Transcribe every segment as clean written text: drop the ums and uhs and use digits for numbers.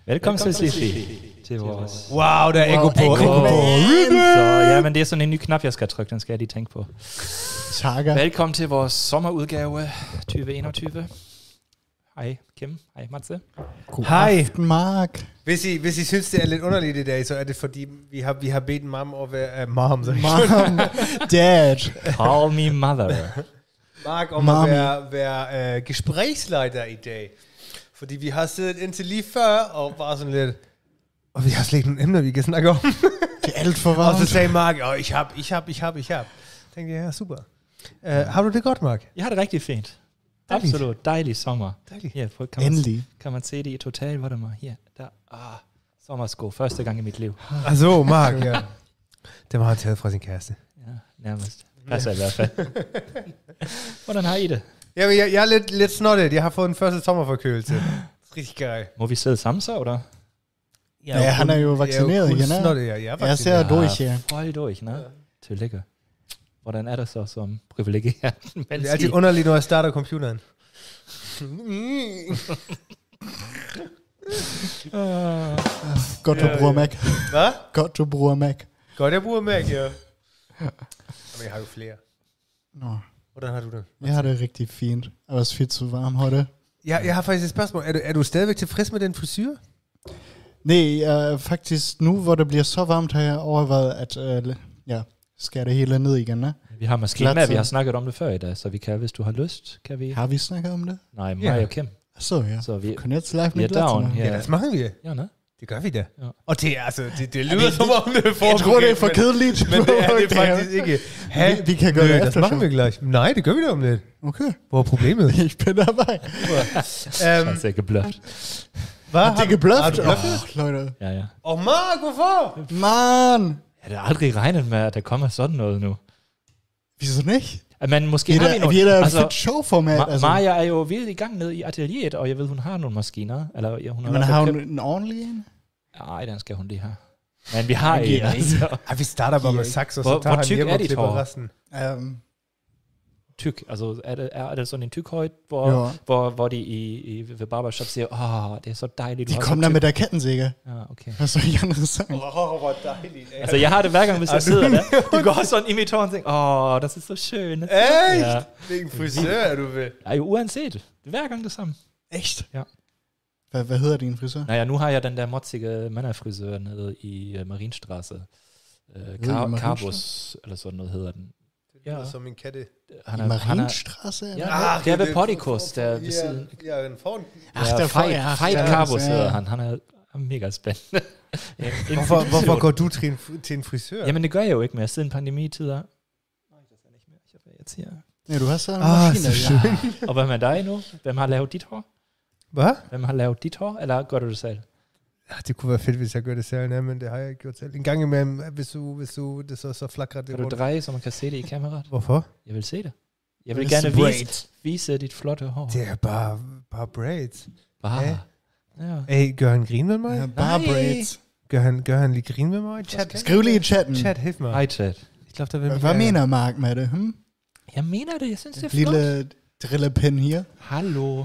Velkommen til Slifi. Til vores... Wow, der er ekko på. Så ja, men det er sådan en ny knap, jeg skal trykke. Den skal jeg lige tænke på. Takker. Velkommen til vores sommerudgave 2021. Hej Kim. Hej Matze. Hej aften, Mark. Hvis I synes, det er lidt underligt i dag, så er det fordi, vi har bedt mam at være... Mom, dad. Call me mother. Mark om at være gespræksleder i dag. Fordi vi har siddet indtil lige før, og bare sådan lidt... Og vi har slet ikke nogen emner, vi kan snakke om. Det er alt for varmt. Og så sagde Mark, ich hab. Tænkte jeg, ja, super. Har du det godt, Mark? Jeg har det rigtig fint. Dejligt. Absolut. Dejlig sommer. Dejligt. Her, Endelig. Kan man se det i total, hvor det var her. Der. Sommersko. Første gang i mit liv. Altså, Mark, ja. Det var han taget fra sin kæreste. Ja, nærmest. Passer i hvert fald. Hvordan har I det? Jamen, jeg er lidt snottet. Jeg har fået en første sommerforkølelse. Rigtig grej. Må vi sidde sammen så, eller? Ja, han er jo vaccineret igen. Jeg ser durch her. Voll durch, ne? Tillykke. Hvordan er det så som privilegeret? Det er altid underligt, når jeg starter computeren. Godt, du bruger Mac. Hvad? Godt, du bruger Mac. Godt, jeg bruger Mac, ja. Men jeg har jo flere. Nå. Hvordan har du det? Jeg har det rigtig fint. Jeg er også fedt så varm, har det. Jeg har faktisk et spørgsmål. Er du stadigvæk tilfreds med den frisyr? Nej, faktisk nu, hvor det bliver så varmt, har jeg overvejet, at skære det hele ned igen. Ne? Vi har måske med, vi har snakket om det før i dag, så vi kan, hvis du har lyst, kan vi... Har vi snakket om det? Nej, mig og Kim. Så ja. Så vi er down. Ja, det smager vi. Ja, ne? Det gør vi da. Ja. Og det er altså, det lyder som om det er for. Jeg tror, det er for kedeligt. Men det er det faktisk ikke. Vi kan gøre det efter. efter. Smager vi gleich. Nej, det gør vi da om lidt. Okay. Hvor er problemet? Jeg spænder mig. Det er ikke bløft. Hvad? Det er ikke bløft? Løjde. Ja. Mark, hvorfor? Man! Jeg har aldrig regnet med, at der kommer sådan noget nu. Wieso nicht? Men måske har vi nogle... Vi er da et fedt showformat. Maja er jo vildt i gang ned i atelieret, og jeg ved, hun har nogle maskiner. Eller, ja, men har hun en ordentlig en? Nej, den skal hun lige have. Men vi har en. Altså. Vi starter bare med saks, og så tager han hjem og klipper resten. Tyk, altså er det sådan en tykhøjde, hvor de ved barbershop siger, det er så dejligt. De kom der med der katten sikkert. Ja, okay. Og så Janne sang. Hvor dejligt. Altså jeg har det hver gang, hvis jeg sidder der. De går sådan i mit hår og tænker, det er så skønt. Echt? Ja. Hvilken frisør er du ved? Ja, jo uanset. Hver gang det samme. Echt? Ja. Hvad hedder din frisør? Naja, nu har jeg den der motzige mandefrisør nede i Marienstraße. Carbus, eller sådan noget hedder den. Ja. Som en katte. Marienstraße? Ja, der ved Porticus, der ved siden. Ja, den foran. Fight Carbus hedder han. Han er mega spændende. Hvorfor går du til en frisør? Jamen det gør jeg jo ikke mere siden pandemitider. Nej, det er ikke mere. Jeg siger. Ja, du har sådan en maskine. Ja. Og hvad med dig nu? Hvem har lavet dit hår? Hvad? Hvem har lavet dit hår, eller gør du det selv? Ja, det kunne være fedt, hvis jeg gør det selv, men det har jeg ikke gjort selv. En gang imellem, hvis du det så flakrer det. Kan du dreje, så man kan se det i kameraet? Hvorfor? Jeg vil se det. Jeg vil gerne vise dit flotte hår. Det er bare braids. Bare? Ja. Hey, gør han grin med mig? Ja, bare braids. Gør han lige grin med mig? Skriv lige i chatten. Chat, hæft mig. Hej chat. Hvad mener Mark med det? Jeg mener det, jeg synes det er flot. Lille drillepen her. Hallo.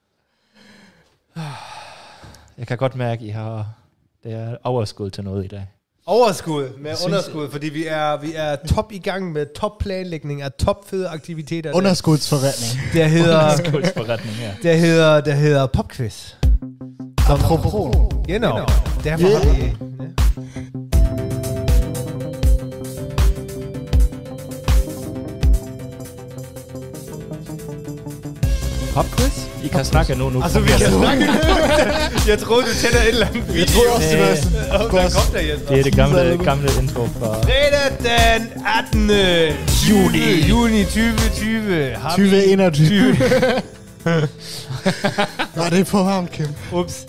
Jeg kan godt mærke, at det er overskud til noget i dag. Overskud med underskud, fordi vi er top i gang med topplanlægning af topfede aktiviteter. Underskudsforretning. Det hedder underskudsforretning, ja. Det hedder popquiz. Apropos. Genau. Derfor har vi... Popquiz? I kan snakke nu. Altså, vi kan snakke nu. Jeg troede, du tænder et eller andet video. Jeg troede også, det var sådan. Der kom der, Jesper. Det er det gamle intro fra... Fredag den 18. juni 2020. 2021. Var det for varmt, Kim? Ups.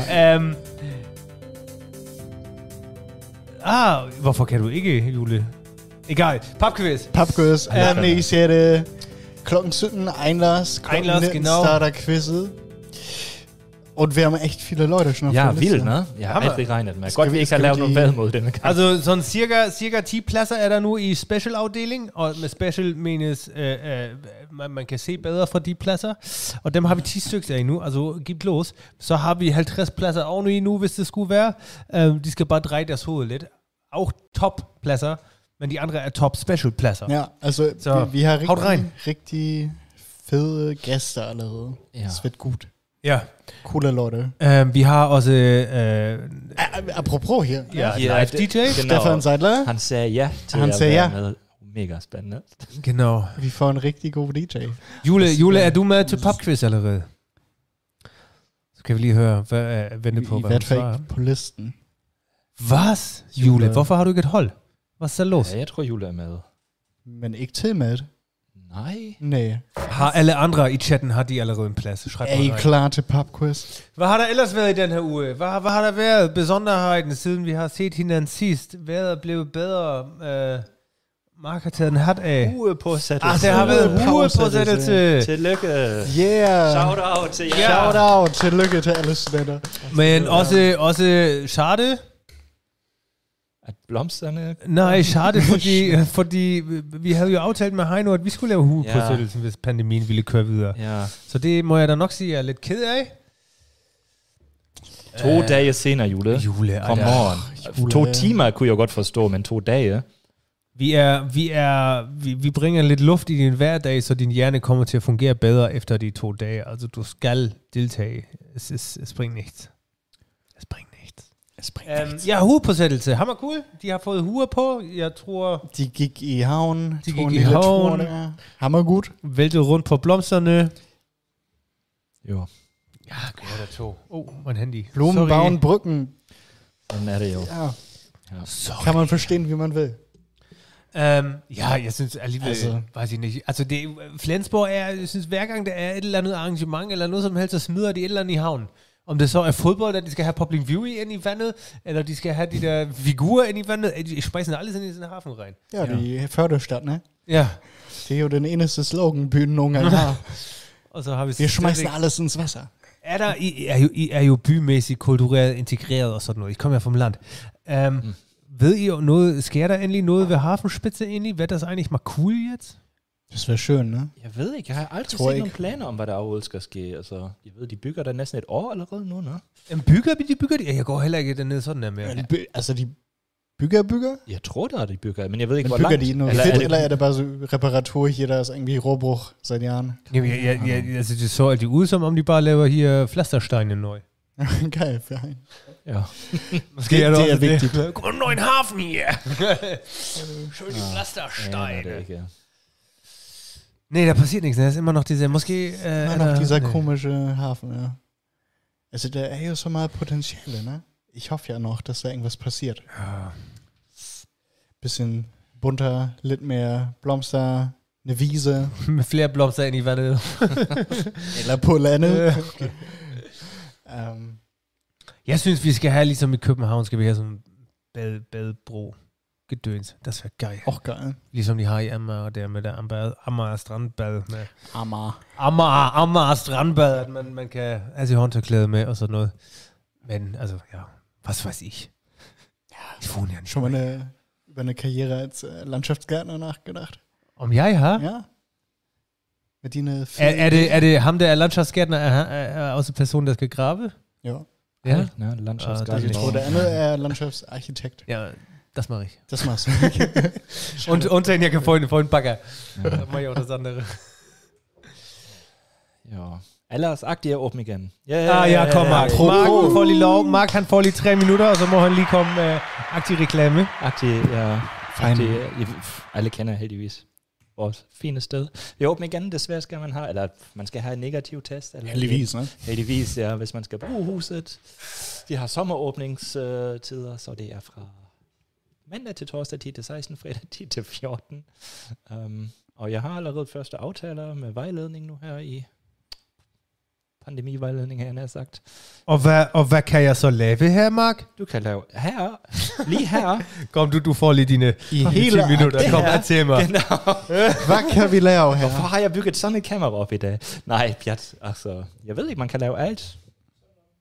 Hvorfor kan du ikke, Jule? Egal. Popquiz. I ser det klokken 17. Einlars. Einlars, genau. Starter quizet. Und wir haben echt viele Leute schon auf Ja, der Liste. vildt, ne? Jeg har Hammer. aldrig regnet med. Skal Godt, vi- vi ikke skal har vi lavet noget de- valgmål denne gang. Altså sådan cirka 10 pladser er der nu i special-afdeling, og med special menes, man kan se bedre fra de pladser, og dem har vi 10 stykker af nu, altså giv los. Så har vi 50 pladser oveni nu, hvis det skulle være. De skal bare dreje deres hoved lidt. Auch top-pladser, men de andre er top-special-pladser. Ja, altså, Så, vi har haut rein. rigtig fede gæster allerede. Ja. Det er godt. Ja. Coole Leute. Vi har også Apropos her. ja, Ja, live DJ. Stefan Seidler. Han sagde ja til Han at sagde være ja. med. Mega spændende. Genau. Vi får en rigtig god DJ. Jule, er du med til popquiz allerede? Så kan vi lige høre, vente på, I hvad hun hvert fald svarer. ikke på listen. Hvad? Jule, hvorfor har du ikke et hold? Hvad er så los? Ja, jeg tror, Jule er med. Men ikke til med. Nej. Nej. Har alle andre i chatten, har de allerede en plads? Schreib Er mal I rein. klar til popquiz? Hvad har der ellers været i den her uge? Hvad har der været besonderheden, siden vi har set hinanden sidst? Hvad er blevet bedre? Mark har taget en hat af. Uepåsættelse. Det har været Uepåsættelse. uepåsættelse. Tillykke. Yeah! Shout out til jer. Shout out! Tillykke til alle studenter. Men også schade. At blomsterne... Nej, schade, fordi vi havde jo aftalt med Heino, at vi skulle lave uepåsættelsen, hvis pandemien ville køre videre. Ja. Så det må jeg da nok sige, jeg er lidt ked af. 2 dage senere, Jule. Jule, Come on. Jule. 2 timer kunne jeg godt forstå, men 2 dage. Vi bringer lidt luft i din hverdag, så din hjerne kommer til at fungere bedre efter de 2 dage. Altså, du skal deltage. Spring nicht. Spring nicht. Ja, hugepåsættelse. Hammer cool. De har fået huer på. Jeg tror, De gik i havn. De gik i havn. Hammer godt. væltede rundt på blomsterne. Jo, Ja, godt er 2. Mein Handy. Blumen, Sorry. bauen, Brücken. sådan er det jo. Ja. Sorry. Kan man forstehen, wie man vil. Ja, jeg synes alligevel, Altså. weiß ich nicht. Altså, Flensborg er, jeg synes, hver gang der er et eller andet arrangement, eller noget som helst, så smider de et eller andet i havn. Om det så er fodbold, at de skal have Public Viewing ind i vandet, eller de skal have de der figurer ind i vandet, de spejser alle sådan i sådan en hafen rein. Ja, de Förderstadt, ne? Ja. Det er jo den eneste slogan, byen nogle gange har. Og så har vi Vi schmeißen alles ins Wasser. I er jo bymæssigt, kulturelt integreret og sådan noget. I kommer ja vom Land. Ved I noget, sker der endelig noget ved Hafenspitze egentlig? Hvad das eigentlich mal cool jetzt? Das wäre schön, ne? Jeg ved ikke, jeg har aldrig Tror set ikke. nogle planer om, hvad der overhovedet skal ske. Altså, jeg ved, de bygger der næsten et år allerede nu, nå? Bygger de? Ja, jeg går heller ikke dernede sådan der mere. Ja. Altså, de bygger? Jeg tror, der er de bygger, men jeg ved ikke, Men hvor bygger langt. de noget fedt, eller er det bare så Reparatur hier, der er irgendwie Rohrbruch seit Jahren? Jamen, altså, det så altid ud, som om de bare laver hier Pflastersteine neu. Geil, für einen. Ja. Måske Det er vigtigt. Guck mal, einen neuen Hafen hier. Schön die Ja, Pflastersteine. det er ikke. Nee, da passiert nichts. Da ist immer noch diese, måske... Immer noch dieser komische Hafen, ja. Also, der er jo så meget potentiale, ne? Ich hoffe ja noch, dass da irgendwas passiert. Ja. Bisschen bunter, lidt mere blomster, eine Wiese, Med flere blomster ind i vandet. eller på landet. Jeg synes, vi skal have, ligesom i København, skal vi have sådan en badebro. Gedøns. Das wäre geil. Auch geil. Ligesom de har i Amager, der med der Amager Strandbad. Med Amager. Amager Strandbad, at man kan have sit håndtørklæde med og sådan noget. Men, also, ja, was weiß ich. Ich wohne ja nicht. Schon mal über eine Karriere als Landschaftsgärtner nachgedacht? Om jeg har? Ja. Med dine Er det ham, der er landskabsgærtner, er også person, der skal grave? Ja. Ja? Ne, Landschaftsgarten. Jeg tror, det andet er Landschaftsarchitekt. Ja, das mache ich. Das machst du. Und wenn jeg kan få en bakker. Så må jeg jo das andere. Ja. Ellers agtig åbne igen. Ja, kom Mark. Mark får lige lov. Mark, han får lige 3 minutter, og så må han lige komme med aktiv reklame. Agtig, ja. Agtig, alle kender heldigvis vores fine sted. Vi åbner igen, desværre skal man have, eller man skal have en negativ test. Eller Heldigvis, ne? Heldigvis, ja, hvis man skal bruge huset. De har sommeråbningstider, så det er fra mandag til torsdag 10 til 16, fredag 10 til 14. Og jeg har allerede første aftaler med vejledning nu her i pandemivejledning, har jeg nær sagt. Og hvad kan jeg så lave her, Mark? Du kan lave her, lige her. Kom, du får lige dine I 10 hele minutter. Kom her til mig. Genau. Hvad kan vi lave her? Hvorfor har jeg bygget sådan et kamera op i dag? Nej, pjat. Altså, jeg ved ikke, man kan lave alt.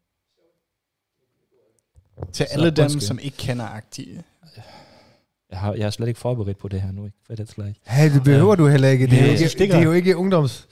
Til Så alle dem, undskyld. som ikke kender aktive. Jeg er slet ikke forberedt på det her nu, ikke? For det slet ikke. Hey, det behøver du heller ikke. Det er, Nej, jo ikke, det er jo ikke ungdoms...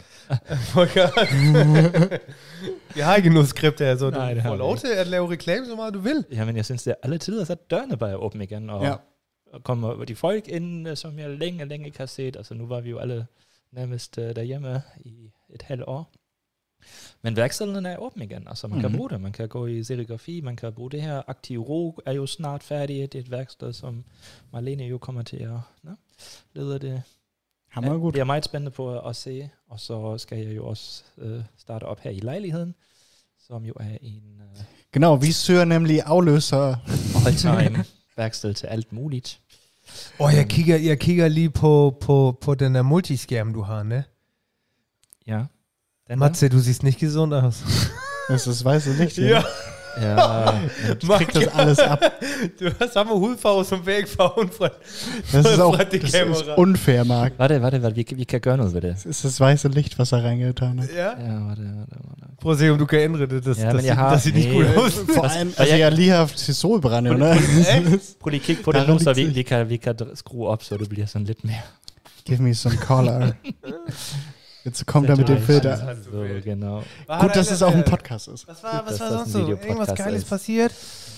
Jeg har ikke noget skript her, så Nej, du det har får vi lov ikke. til at lave reklame så meget du vil. Jamen, jeg synes, det er alle tider, så dørene bare er åbne igen, og kommer de folk ind, som jeg længe ikke har set. Altså, nu var vi jo alle nærmest derhjemme i et halvt år. Men værkstederne er åbne igen, altså man kan bruge det. Man kan gå i serigrafi, man kan bruge det her. Aktiv Ro er jo snart færdig. Det er et værksted, som Marlene jo kommer til at lede det. Hammergodt. Det er meget spændende på at se, og så skal jeg jo også starte op her i lejligheden, som jo er en Genau, vi søger nemlig afløsere. all-time værksted til alt muligt. Jeg kigger lige på den der multiskærm, du har, ne? Ja. Matze, du siehst nicht gesund aus. Das weiß ich nicht. Ja. Ja, Du kriegst das alles ab. Du har samme hudfarve som vægfarven fra Das ist auch det das kamera. ist unfair, Mark. Warte, vi kan gøre noget ved det. Das ist das weiße Licht, was er reingetan hat. Ja. Ja, warte. Prøv at se, om du kan ændre det. Ja, men jeg har... Det ser ikke godt ud. Vor allem, altså jeg har lige haft til solbrænde, ne? Prøv lige at kigge på Der det er nu, så lidt vi kan skrue op, så det bliver sådan lidt mere... Give me some color. Jetzt kommt er mit dem Filter. So, genau. Gut, dass es auch ein Podcast ist. Was war dass das sonst ein so? Videopodcast Irgendwas Geiles ist. passiert?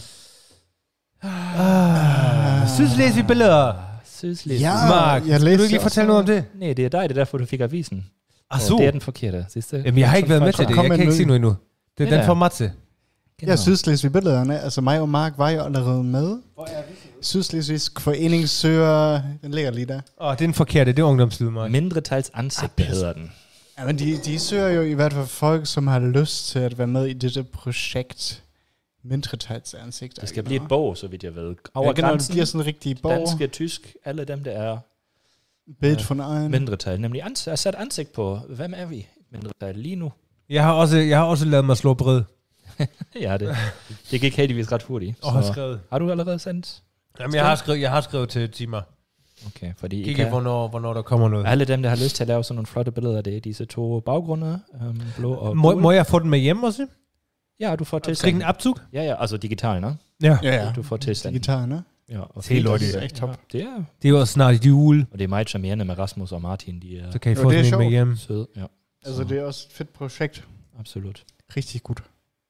Synes læse vi billeder. Süßlich. Ja, Mark, jeg vil læste du ikke lige også fortælle noget om det? Nej, det er dig, det er derfor, du fik avisen. Ach so. Og det er den forkerte, sidst du? Jamen, jeg har ikke været med til det. Kom Jeg med kan ikke nu. sige noget endnu. Det er Ja. den for Matze. Jeg synes, læser vi billederne. Altså mig og Mark var jo allerede med. Sydslesvigsk Forening søger... Den ligger lige der. Det er den forkerte. Det er ungdomslyd, Mark. Mindretals Ansigte hedder den. Ja, men de søger jo i hvert fald folk, som har lyst til at være med i dette projekt. Mindretalsansigter. Det skal blive et bog, så vidt jeg ved. Ja, Over genau, det grænsen, bliver sådan en rigtig bog. danske, tysk, alle dem, der er Bild von ein. mindretal. Nemlig sat ansigt på, hvem er vi mindretal lige nu? Jeg har også lavet mig slå bred. Ja, det gik heldigvis ret hurtigt. Og har skrevet. Har du allerede sendt? Jamen, jeg har skrevet til Timer. Okay, fordi I Kigge, kan, hvornår der kommer noget. alle dem, der har lyst til at lave sådan nogle flotte billeder, det er disse to baggrunde, blå og Må gul. jeg få den med hjem også? Ja, du får Skrig tilsendt. en abzug? Ja, altså digital, ne? Ja. Ja, Du får tilsendt. Digital, ne? Ja, og Se, Leute. Det er echt top. Ja, det er, Det er jo også snart jul, og det er meget charmerende med Rasmus og Martin, de er så kan I Jo, få det er sådan en med sjovt. hjem. søde. Ja, Altså, det er også et fedt projekt. absolut. Rigtig godt.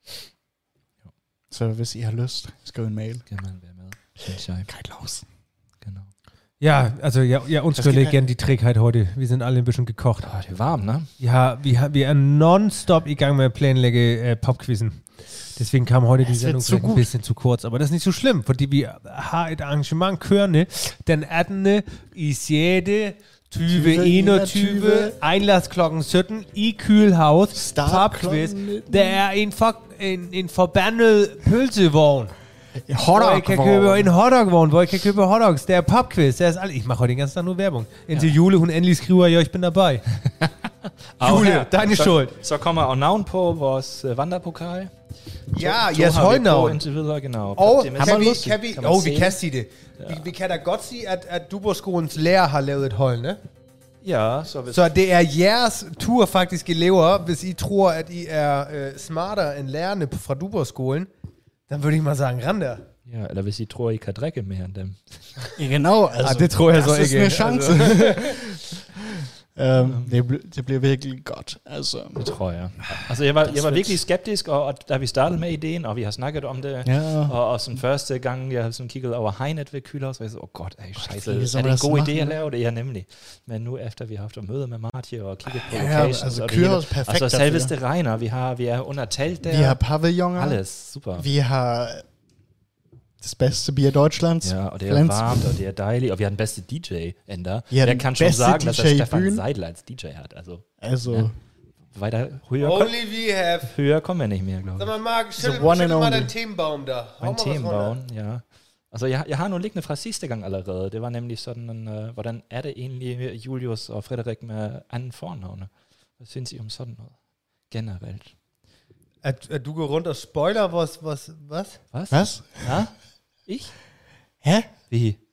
Så hvis I har lyst, skriv en mail. Skal man være med, synes jeg. Kai Klaus. Genau. Ja, also jeg undskylder skal igen die Trägheit heute. Wir sind alle ein bisschen gekocht. Det er varmt, ne? Vi er non-stop i gang med at planlægge Popquizzen. Deswegen kam heute die Sendung vielleicht ein bisschen zu kurz. Aber das ist nicht so schlimm, fordi vi har et arrangement kørende den 18. i 6. 2021, Einlass klokken 17 i Kühlhaus, Popquiz. Der er en forbandet pølsevogn. Hvor I kan købe en hotdogvogn, hvor I kan købe hotdogs. Der er popquiz. Der ist alles. Ich mache heute den ganzen Tag nur Werbung. Indtil Jule, hun endelig skriver, ja, ich bin dabei. Jule, deine Schuld. Så kommer og navn på vores vandrepokal. Ja, To jeres har vi på holdnavn. indtil videre, genau. Og Det er kan lustigt. vi, Kan man se vi det? kan sige det. Vi kan da godt sige, at Duborgskolens lærer har lavet et hold, ne? Ja, så hvis... Så det er jeres tur faktisk, elever. Hvis I tror, at I er smartere end lærerne fra Duborgskolen, dann würde ich mal sagen, ran der. Ja, eller hvis I tror, I kan drikke mere end dem. Ja, genau. Altså, det tror jeg så das ikke. ist eine Chance. Det bliver virkelig godt. Altså. Det tror jeg. Altså, jeg var virkelig skeptisk, og da vi startede med ideen, og vi har snakket om det, Ja. og sådan første gang, jeg sådan kiggede over Heinet ved Kühlhaus, og jeg så, godt, scheiße, wie soll er det en das god idé machen? at lave det? Ja, nemlig. Men nu efter vi har haft et møde med Martje og kigget på Ja, locations, altså og det hele, Kühlhaus perfekt altså dafür. selveste regner, vi er under telt der. Vi har pavilloner. Alles, super. Vi har das bedste Bier Deutschlands. Ja, og det er Flensburg. varmt, og det er dejligt, og vi har den bedste DJ endda. Ja, Jeg den kan schon bedste sagen, dass DJ er i Stefan byen. Seidler als DJ hat. Also, Ja. weiter, höher we have. kommen wir nicht mehr, glaube Sag ich. mal, Mark, one and schüttel mal only. den Themenbaum da. Hau Mein mal was runter. Themenbauen, ja. Altså, jeg har nogle liggende fra sidste gang allerede. Det var nemlig sådan en, hvordan er det egentlig Julius og Frederik med anden fornavne? Hvad synes I om sådan noget? Generelt. At du går rundt og spoiler, was? Was? Was? Ja? Ich? Hä? Wie?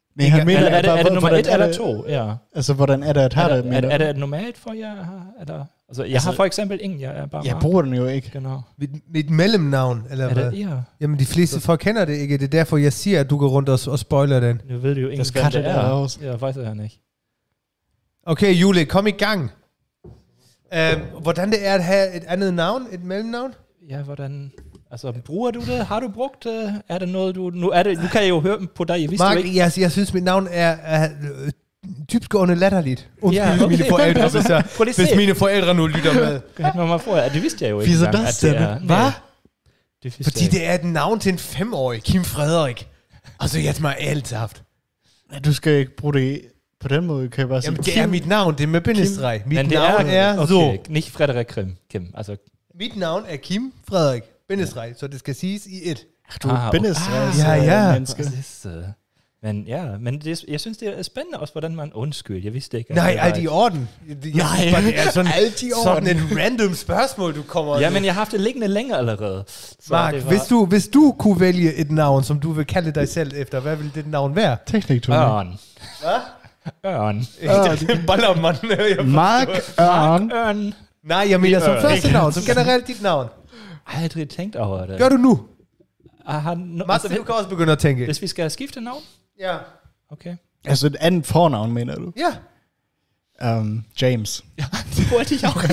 Nej, han mener, Er det nummer hvordan 1 eller 2? Ja. Altså, hvordan er det at have det? Er det normalt for jer? Altså, jeg har for eksempel ingen, jeg er bare Jeg bruger den jo ikke. Genau. Mit mellemnavn, eller Er hvad? det, ja. Jamen, de fleste folk kender det ikke. Det er derfor, jeg siger, at du går rundt og spoiler den. Nu ved du jo ikke, skal hvem det det er. også. Jeg faktisk han ikke. Okay, Julie, kom i gang. Hvordan det er at have et andet navn, et mellemnavn? Ja, hvordan... Altså, bruger du det? Har du brugt det? Er det noget, du... Nu kan jeg jo høre på dig. Jeg vidste Mark, jo ikke... jeg synes, mit navn er dybtgående latterligt. Ja, okay. Mine forældre, Prøv lige hvis mine forældre nu lytter med. Det vidste jeg jo ikke Wieso engang, das at det denn? er... Hvad? Det vidste Fordi jeg det er et navn til en 5-årig, Kim Frederik. Altså, jeg har alt haft. Du skal ikke bruge det på den måde, kan jeg bare sige. Jamen, det er mit navn, det er med bindestreg. Mit Men det navn er så. Okay, ikke Frederik Kim. Altså, Mit navn er Kim Frederik, bindestreg, så det skal siges i et. Du er bindestreg. ja. Menneske. Men ja, jeg synes, det er spændende også, hvordan man undskylder. Jeg vidste ikke. Nej, alt i orden. Det er sådan, alt i orden. sådan et random spørgsmål, du kommer Ja, men jeg har haft det liggende længere allerede. Så Mark, det var hvis du kunne vælge et navn, som du vil kalde dig selv efter, hvad ville det navn være? Teknik, Tony. Ørn. Hvad? Ørn. Ballermann. Mark Ørn. Ørn. Nej, jeg mener som Ørn. første navn, som generelt dit navn. Jeg har aldrig tænkt over det. Gør du nu? Altså, du kan også begynde at tænke. hvis vi skal skifte navn? Ja. Okay. Altså et andet fornavn, mener du? Ja. James. Ja, det burde jeg også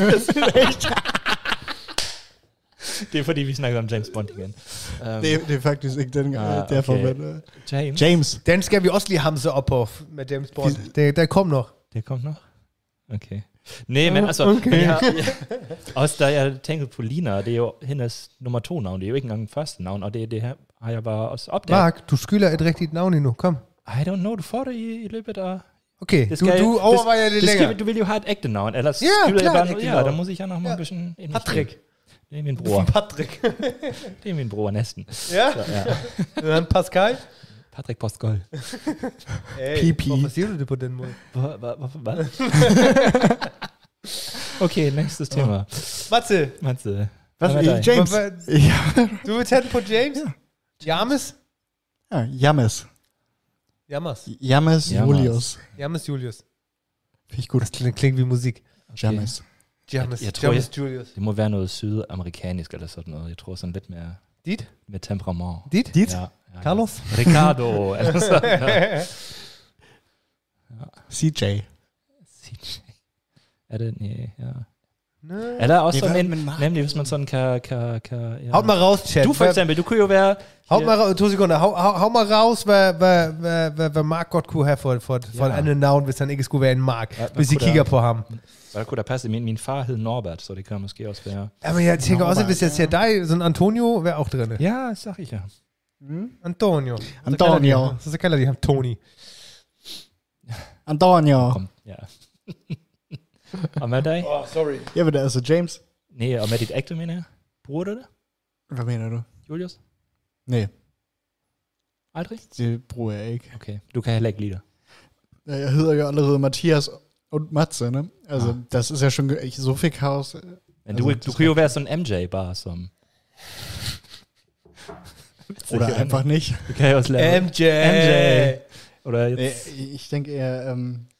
Det er fordi, vi snakker om James Bond igen. Det er faktisk ikke den gang, derfor. okay. Men, James. Den skal vi også lige hamse op på med James Bond. Der kom nok. Det kom nok. Okay. Nej, men altså, Okay. også da jeg tænkte på Lina, det er jo hendes nummer 2 navn, det er jo ikke engang første navn, og det her har jeg bare også opdaget. Mark, du skylder et rigtigt navn endnu. Kom. I don't know, du får det i løbet af... Okay, Det skal du overvejer det længere. Du vil jo have et ægte navn, ellers Ja, skylder jeg klart bare... ægte Ja, navn. der muss ich ja noch mal ein bisschen... Patrick. Det er min bror. Patrick. Det er min bror næsten. Ja? Så, ja. Dann Pascal. Patrick Postgol. Hey, PP. hvorfor siger du det på den måde? Hvorfor? Hvad? Okay, næste tema. Matze, Matze. hvad Hvad med dig? James? Ja. du vil tage den på James? James? Ja, James. James Julius. James Julius. Finde ich gut. Det klingt wie musik. James. James, Jeg tror, James Julius. Det må være noget sydamerikansk eller sådan noget. Jeg tror sådan lidt mere Dit? med temperament. Dit? Ja. Carlos? Ricardo. eller sådan noget. CJ. CJ. Er det? Nej, ja. Nej. Er der også Det er sådan men en, Mark. nemlig hvis man sådan kan ja. Haut mal raus, chat. Du for eksempel, du kunne jo være... Haut mal raus, 2 sekunder. Haut mal raus, hvad Mark godt kunne have for et andet navn, hvis han ikke skulle være en Mark. Hvad Hvis I kunne kigger der- på ham. Så der kunne der passe. Min far hed Norbert, så det kan måske også være... Jamen, jeg tænker også, Norbert, hvis jeg ser dig, sådan Antonio, værer auch drin. Ja, sag ich ja. Antonio. Antonio. Så kalder de ham Tony. Antonio. Kom, ja. Og med dig? Sorry. Jeg ved det, altså James. Nej, og med dit ægte, mener jeg. Bruger du det, Hvad mener du? Julius? Nej, Aldrig? det bruger jeg ikke. Okay, du kan heller ikke lide det. Jeg hedder jo allerede Mathias und Matze, ne? Also, das ist ja schon so viel Chaos. Men du kunne jo være sådan MJ bare som... Oder einfach nicht. Du kan jo også lave... MJ. Oder jetzt... Ich denke eher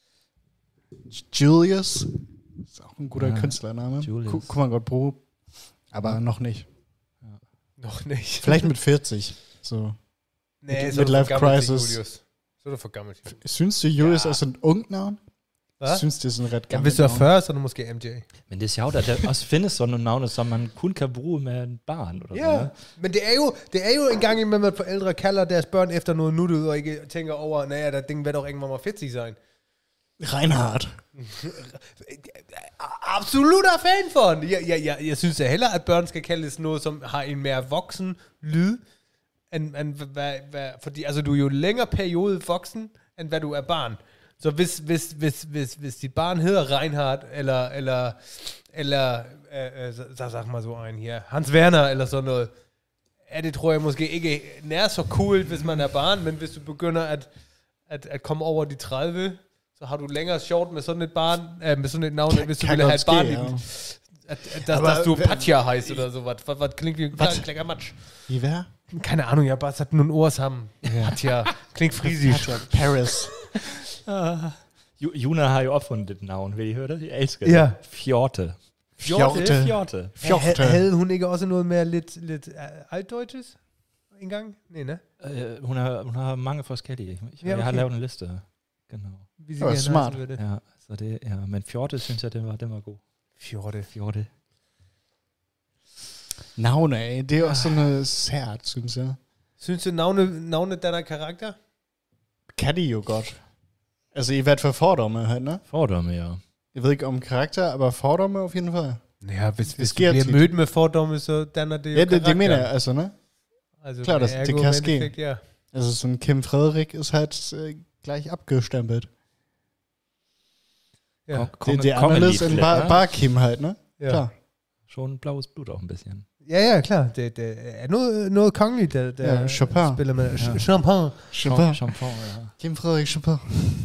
Julius. Ist auch ein guter Künstlername. Julius. Kann man Gott bruchen. Aber noch nicht. Noch nicht. Vielleicht mit 40. So. Nee, Midlife Crisis. Julius. Så er du for gammel. Synes du, Julius er sådan et ungt navn? Hvad? Synes det er sådan et ret Ja, gammelt hvis du er navn? 40, så er du måske MJ. Men det er sjovt, at der også findes sådan nogle navne, som man kun kan bruge med en barn. Eller sådan Ja, noget. men det er jo en gang imellem, at forældre kalder deres børn efter noget nuttet, og ikke tænker over, nej, der ding vil doch irgendwann mal 40 sein. Reinhardt. Absolut er fan for den. Jeg synes da hellere, at børn skal kaldes noget, som har en mere voksen lyd, end fordi altså, du er jo længere periode voksen, end hvad du er barn. Så hvis dit barn hedder Reinhardt, eller så sag mal så en her, Hans Werner, eller sådan noget, det tror jeg måske ikke nær så cool, hvis man er barn, men hvis du begynder at komme over de 30, så har du længere sjovt med sådan et barn, med sådan et navn, end hvis du ville have et barn, at du Patja heißt oder so was. Was klingt wie ein kleiner Matsch. Wie wer? Keine Ahnung, jeg har bare sat nogle ord sammen. Katja, klingt frisisk. Paris. Juna har jo opfundet et navn, vil I høre det? Jeg elsker det. Ja. Fjorte. Fjorte. Havde hun ikke også noget med lidt altdeutsches engang? Nej, ne? Hun har mange forskellige. Ja, Jeg har okay. lavet en liste. Genau. Det var smart. Ja, så det, ja. Men fjorte, synes jeg, den var god. Fjorte. Navne, det er også sådan noget sært, synes jeg. Synes du, navne danner karakter? Kan de jo godt. Altså i hvert fald fordomme, ne? Fordomme, ja. Jeg ved ikke om karakter, men fordomme er fint for. Ja, hvis du sker bliver tit. mødt med fordomme, så danner det jo Ja, karakter. det mener jeg, altså, ne? Altså, Klart, med det kan ergo ske. effekt, ja. Also so ein Kim Frederik ist halt gleich abgestempelt. Ja. Det er anderledes end bare Kim halt, ne? Ja. Klar. Schon blaues Blut auch ein bisschen. Ja, klar. Det er noget kongeligt, der Ja, Chopin. spiller med. Ja. Champagne. Champagne, ja. Kim Frederik Chopin.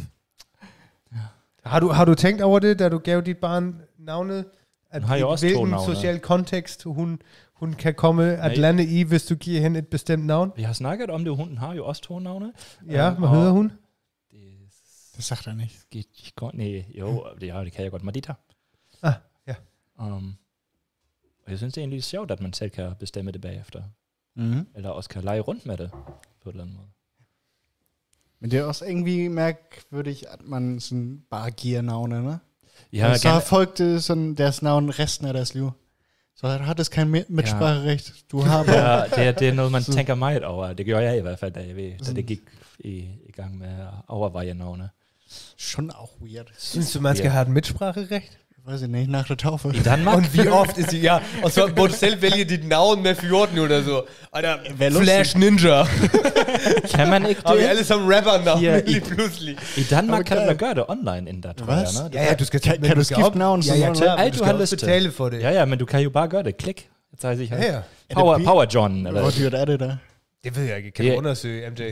Har du tænkt over det, da du gav dit barn navnet? Hun har jo også hvilken 2 navne. social kontekst hun kan komme at lande i, hvis du giver hende et bestemt navn? Vi har snakket om det, hunden har jo også 2 navne. Ja, hvad hedder hun? Det sagt er nicht. Geht godt. Nej, jo, det kan jeg godt. Madita. Ah, ja. Og jeg synes, det er egentlig sjovt, at man selv kan bestemme det bagefter. Mhm. Eller også kan lege rundt med det på en eller anden måde. Men det er også irgendwie mærkværdigt, at man sådan bare giver navne, ne? Ja, Og så har folk det sådan deres navn resten af deres liv. Så har det kein Mitspracherecht. Du har bare... Ja, det er noget, man tænker meget over. Det gjorde jeg i hvert fald, da det gik i gang med at overveje navne. Schon auch weird. Synes du, man skal have et mitspracherecht? Weiß ich nicht, nach der Taufe. I Danmark? Und wie oft ist sie, ja, og så må du selv vælge dit navn med 14 eller så. Alter, Flash Ninja. Kan man ikke det? Og vi er alle sammen rapper Ja, lige pludselig. I Danmark kan man gøre det online endda, tror jeg. Hvad? Ne? Ja, du skal Kan du skifte navn? til alt, du har lyst til. betale for det. Ja, men du kan jo bare gøre det. Klik. Så jeg siger, Ja. Power John. Eller Hvor dyrt er det der? Det ved jeg ikke. Kan du undersøge, MJ?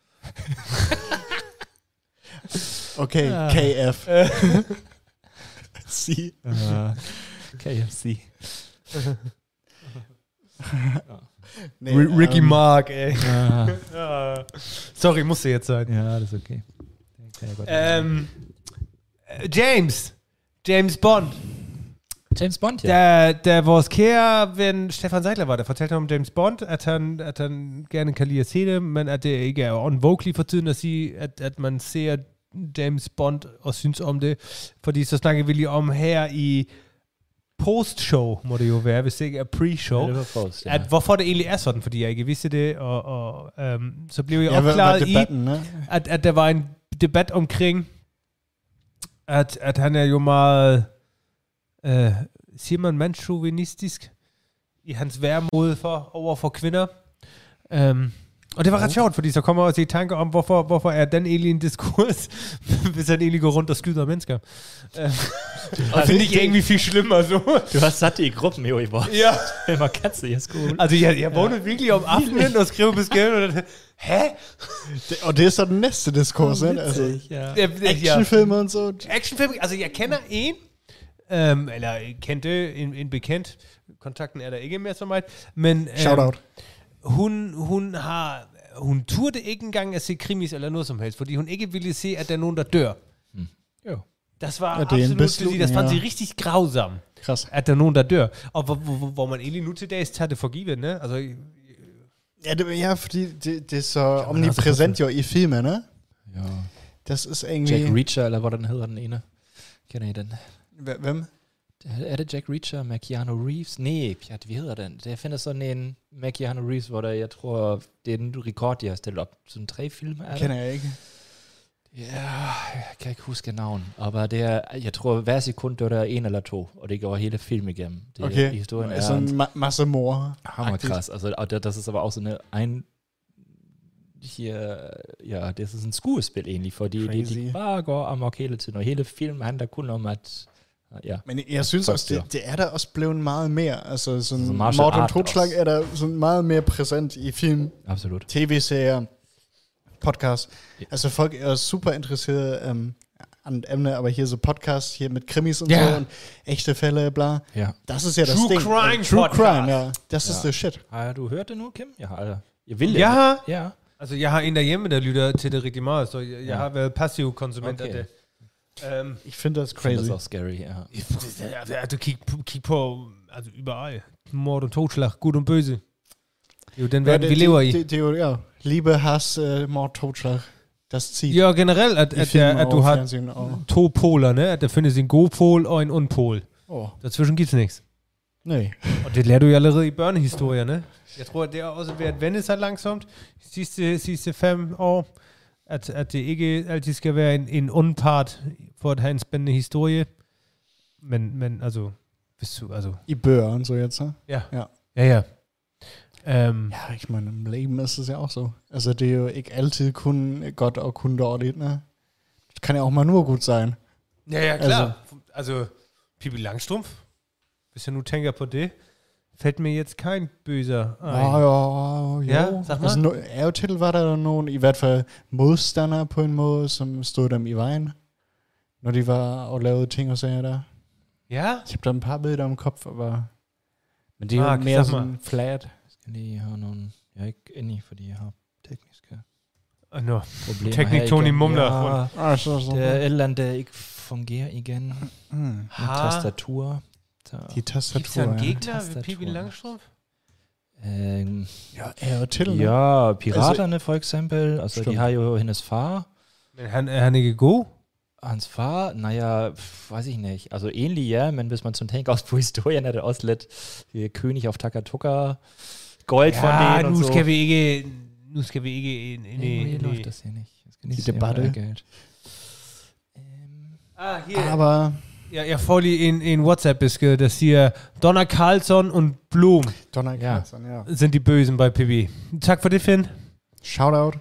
Okay, KF. Sig. KFC. Ricky Mark, ey. Ja, Sorry, muss jetzt sein. det er okay. Det kan jeg godt. James Bond. James Bond, ja. Da vores kære ven Stefan Seidler var der, fortalte om James Bond, at han gerne kan lide at se det, men at det ikke er on vogue lige for tiden at sige, at man ser James Bond og synes om det. Fordi så snakker vi lige om her i post-show, må det jo være, hvis det ikke er pre-show, det var post, ja. at hvorfor det egentlig er sådan, fordi jeg ikke vidste det, og så blev jeg opklaret i, at der var en debat omkring, at han er jo meget, siger man mandsjuvenistisk, i hans væremåde over for kvinder. Og det var ret sjovt, fordi så kommer jeg også i tanker om, hvorfor er den egentlig en diskurs, hvis han egentlig går rundt og skyder mennesker. Og det er ikke egentlig fik slemme, så. Du har sat det i gruppen jo i vores med katse i skolen. Altså, jeg vågnede virkelig om aftenen og skrev beskeden, og hæ? Og det er så den næste diskurs, ikke? Altså, actionfilm og så. Actionfilm, altså jeg kender en, eller jeg kendte en bekendt, kontakten er der ikke mere så meget, men Shoutout. Hun turde ikke engang at se krimis eller noget som helst, fordi hun ikke ville se, at der er nogen, der dør. Jo. Das war Ja, det er en absolut, beslutning, das fand ja. sie richtig grausam, Krass. at der er nogen, der dør. Og hvor man egentlig nu til dags tager det for givet, ne? Altså, Ja, fordi det er så omnipræsent jo i filmen, ne? Ja. Das ist irgendwie... Jack Reacher, eller hvordan hedder den ene? Kender I den? Hvem? Er det Jack Reacher med Keanu Reeves? Nej, Pjat, hvad hedder den? Jeg finder sådan en med Keanu Reeves, hvor der, jeg tror, det er den rekord, jeg har stillet op. Sådan 3 film er det. Kender jeg ikke. Ja, jeg kan ikke huske navn. Aber det er, jeg tror, hver sekund dør der 1 eller 2, og det går hele film igennem. Det, Okay, historien er sådan masse mor. hammerkrass. Also, og das ist aber auch so eine hier, ja, det er sådan en skuespil egentlig, fordi de bare går amok hele tiden, og hele filmen handler kun om, at ja. Men jeg synes også, det er der også blevet meget mere. Altså sådan Så Morten Totschlag er der sådan meget mere præsent i film, Absolut. tv-serier, podcast. Ja. Altså folk er super interesserede an Emne, aber hier so Podcast, hier mit Krimis und so und echte Fälle, bla. Ja. Das ist ja das True Ding. Crime True Podcast. Crime, ja. Das ist the shit. Har du hørt det nu, Kim? Jeg Jeg vil det. Ja. Altså, jeg har en derhjemme, der lytter til det rigtig meget, så jeg har været passiv konsument af det. Ich finde das crazy. Das ist auch scary, ja. Du kig på, altså überall. Mord und Totschlag, gut und böse. Det er jo den verden, vi lever i. Det er jo, ja. Liebe, Hass, Mord, Totschlag. Das zieht. Ja, generelt, at du har to polerne, at der findes en god pol og en ond pol. Dazwischen gibt's nichts. Nej. Og det lærer du jo allerede i børnehistorierne. Jeg tror, at det er også ved at vende sig langsomt sidste 5 år, at det ikke altid skal være en ond part for at have en spændende historie. Men altså, hvis du, altså... I bøgerne, så jeg så. Ja. Ja, ich meine, im Leben ist es ja auch so. Altså, det er jo ikke altid kun godt og kun dårligt, ne? Det kan ja auch mal nur gut sein. Ja, klar. Altså Pippi Langstrumpf, hvis jeg nu tænker på det, fällt mir jetzt kein bøser ein. Jo. Ja, sag mal. Altså, af og til var der nogen, i hvert fald modstandere på en måde, som stod dem i vejen, når de var og lavede ting og sager der. Ja? Jeg har dem et par billeder om kop, men det er jo mere sådan flat. Jeg skal lige have nogle... Jeg er ikke inde i, fordi jeg har tekniske problemer. Teknik Tony mumler. Det er et eller andet, der ikke fungerer igen. Tastatur. Die Tastatur. Gibt's da en gegner ved Pippi Langstrumpf? Ja, til. Ja, Piraterne for eksempel. Altså, de har jo hendes far. Men er han ikke god? Hans far? Naja, weiß ich nicht. Also ähnlich, ja, men hvis man zum tænker også på historien, er det også lidt König auf Takatuka, Gold von denen und so. Nu skal vi ikke ind i... läuft das hier nicht. Die Debatte. Geld. Hier. Aber... Jeg får lige en WhatsApp-besked, der siger, Donna Carlson und Blum. Donna Carlson, ja. Sind die Bösen bei Pippi. Tak for det, Finn. Shoutout.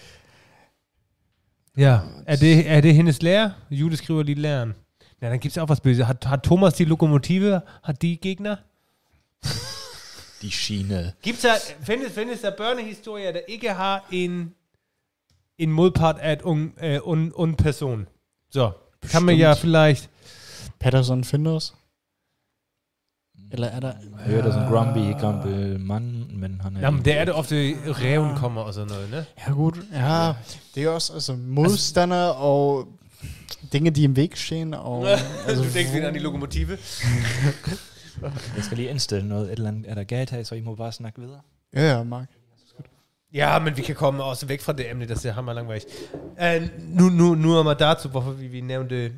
Ja, er det hendes lærer? Jule skriver lige læreren. Ja, dann gibt's auch was Böses. Hat Thomas die Lokomotive? Hat die Gegner? Die Schiene. Findes der børnehistorier, der ikke har en modpart af et ung person? Så, kan man ja vielleicht... Patterson Finders? Eller er der... Jeg hører, der er sådan en grumpy mand, men han er... Jamen, det er det ofte, reven kommer og sådan noget, ne? Ja, gut. Ja, det er også altså, modstandere og dinge, de im Weg stehen. Og, altså, du tænker wieder an die Lokomotive. Jeg skal lige indstille noget. Et eller andet er der galt her, så I må bare snakke videre. Ja, Mark. Ja, men vi kan komme også væk fra det emne, der ser hammer langvejs. Nu om dazu, hvorfor vi nævnte...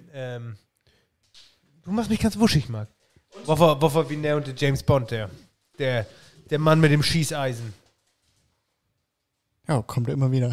du machst mich ganz wuschig, Mark. Hvorfor vi nævnte James Bond der Mann mit dem Schießeisen. Ja, kommt immer wieder.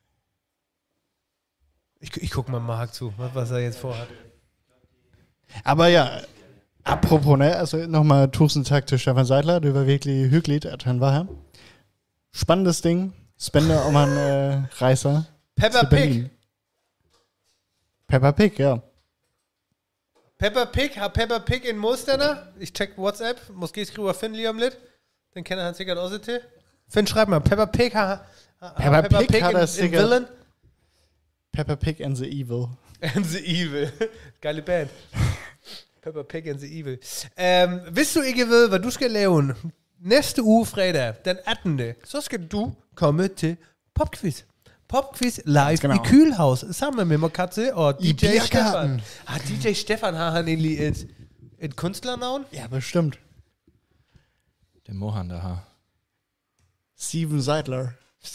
Ich guck mal Mark zu, was jetzt vorhat. Aber ja, apropos, ne, also nochmal 1000 tak til Stefan Seidler. Det var virkelig hyggeligt, at han var her. Spannendes Ding. Spændende, om han rejser Peppa til Berlin. Pig. Peppa Pig, ja. Peppa Pig, har Peppa Pig en modstander? Ich check WhatsApp. Måske skriver Finn lige om lidt. Den kender han sikkert også til. Finn, schreib mig. Peppa Pig har Peppa Pig har der en sikkert... villain? Peppa Pig and the Evil. And the Evil. Geile band. Peppa Pig and the Evil. Hvis du ikke ved, hvad du skal lave næste uge fredag, den 18. så skal du komme til Popquiz. Popquiz live i Kühlhaus, sammen med Mokatze og DJ Stefan. DJ Stefan, har han egentlig et kunstnernavn? Ja, bestimmt. Det må han da have. Steven Seidler.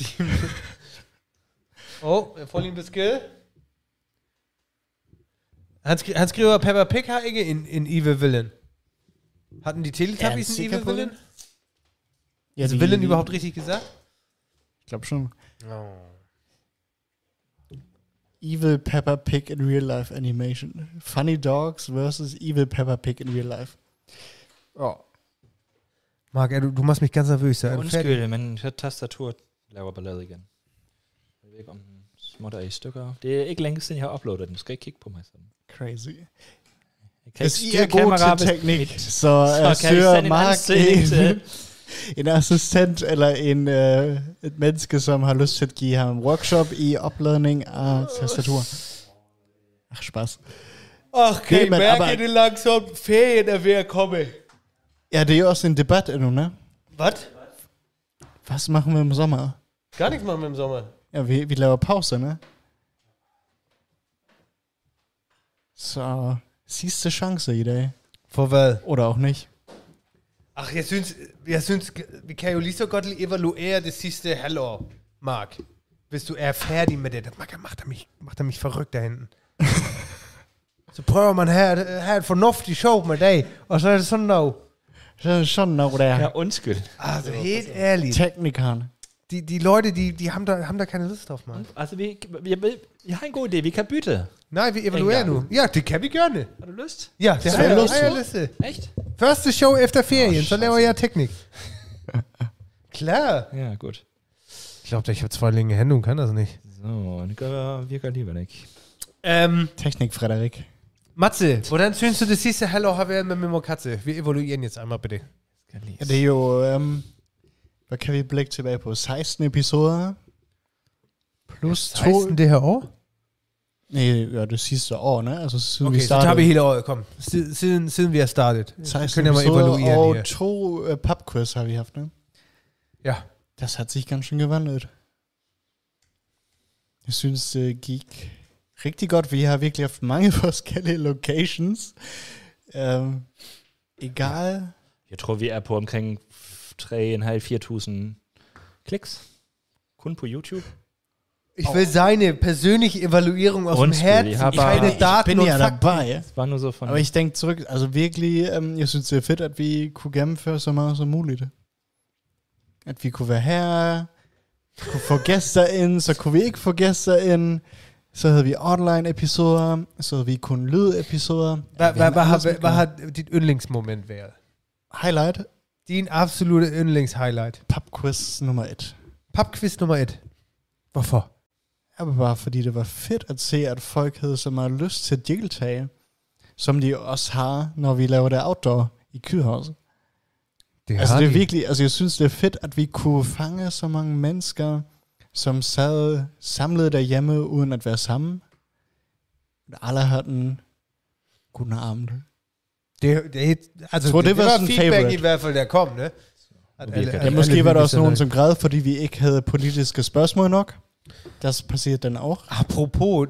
Jeg får lige en besked. Han skriver, Peppa Pig har ikke en evil villain. Har den de Teletubbies en evil villain? Ja, ist Villain überhaupt richtig gesagt? Ich glaube schon. Evil Peppa Pig in real life animation. Funny dogs versus evil Peppa Pig in real life. Mark, du machst mich ganz nervös. Undskyld, men tastatur laver ballade igen. Jeg ved ikke, om den smutter i stykker. Det er ikke længe siden, jeg har uploadet den. Du skal ikke kigge på mig sådan. Crazy. Hvis I er god til teknik, så søger Mark en assistent eller et menneske, som har lyst til at give ham workshop i opladning af tastatur. Spaß. Okay, mærke det langsomt. Ferien er ved at komme. Ja, det er jo også en debat endnu, ne? Hvad? Was machen wir im Sommer? Gar nichts machen wir im Sommer. Ja, vi laver Pause, ne? Så sidste chance i dag. For hvad? Eller også ikke. Ach, jeg synes, vi kan jo lige så godt evaluere det sidste halvår, Mark. Hvis du er færdig med det. Man macht er mich verrückt derhen. Så prøver man at have et fornuftigt show med dag, og så er det sådan noget. Så er det sådan noget der. Ja, undskyld. Altså, helt ærligt. Teknikeren. De løjte, de ham der kan lydstof, man. Altså, jeg har en god idé. Vi kan bytte. Nej, vi evaluerer nu. Ja, det kan vi gerne. Har du lyst? Ja, det har jeg lyst til. Echt? Første show efter ferien, så laver jeg teknik. Klar. Ja, gut. Ich glaube, ich habe 2 linke Hände und kann das nicht. Så, det virker alligevel ikke. Teknik, Frederik. Matze, hvordan synes du det sidste halvår har været med Mimmo Katze? Vi evaluerer jetzt einmal bitte. Ja, det er jo, hvad kan vi blikke tilbage på? 16 episoder? Plus 2. 16 det her år? Nej, ja, det sidste år, ne? Altså, siden Okay, vi så startede. tager vi hele året, kom. Siden vi har startet. 16 können wir mal episoder evaluieren og hier. 2 pubquiz har vi haft, ne? Ja. Das hat sich ganz schön gewandelt. Jeg synes, det gik rigtig godt. Vi har virkelig haft mange forskellige locations. Egal. Jeg tror, vi er på omkring 3.500-4.000 kliks. Kun på YouTube. Ich will seine persönliche Evaluierung aus dem Undskyld, Herzen. ich habe- Keine Ich Daten bin und ja Fakten. dabei, ja. Det var nu så von... Aber ich denke zurück, also virkelig, jeg synes, det er fedt, at vi kunne gennemføre så meget som muligt. At vi kunne være her, kunne få gæster ind, så kunne vi ikke få gæster ind. Så havde vi online-episoder, så havde vi kun lyd-episoder. Hvad har dit yndlingsmoment været? Highlight, Din absolute yndlingshighlight. pubquiz nummer 1. Pubquiz nummer 1. Hvorfor? Det var bare fordi, det var fedt at se, at folk havde så meget lyst til at deltage, som de også har, når vi laver det outdoor i Kyhuset. Altså det er virkelig, altså jeg synes, det er fedt, at vi kunne fange så mange mennesker, som sad samlet derhjemme, uden at være sammen. Alle havde en god abend. Altså, tror, det var var sådan feedback favorite. i hvert fald, der kom, ne? Ja, måske var der også nogen, som græd, fordi vi ikke havde politiske spørgsmål nok. Das passiert dann auch. Apropos,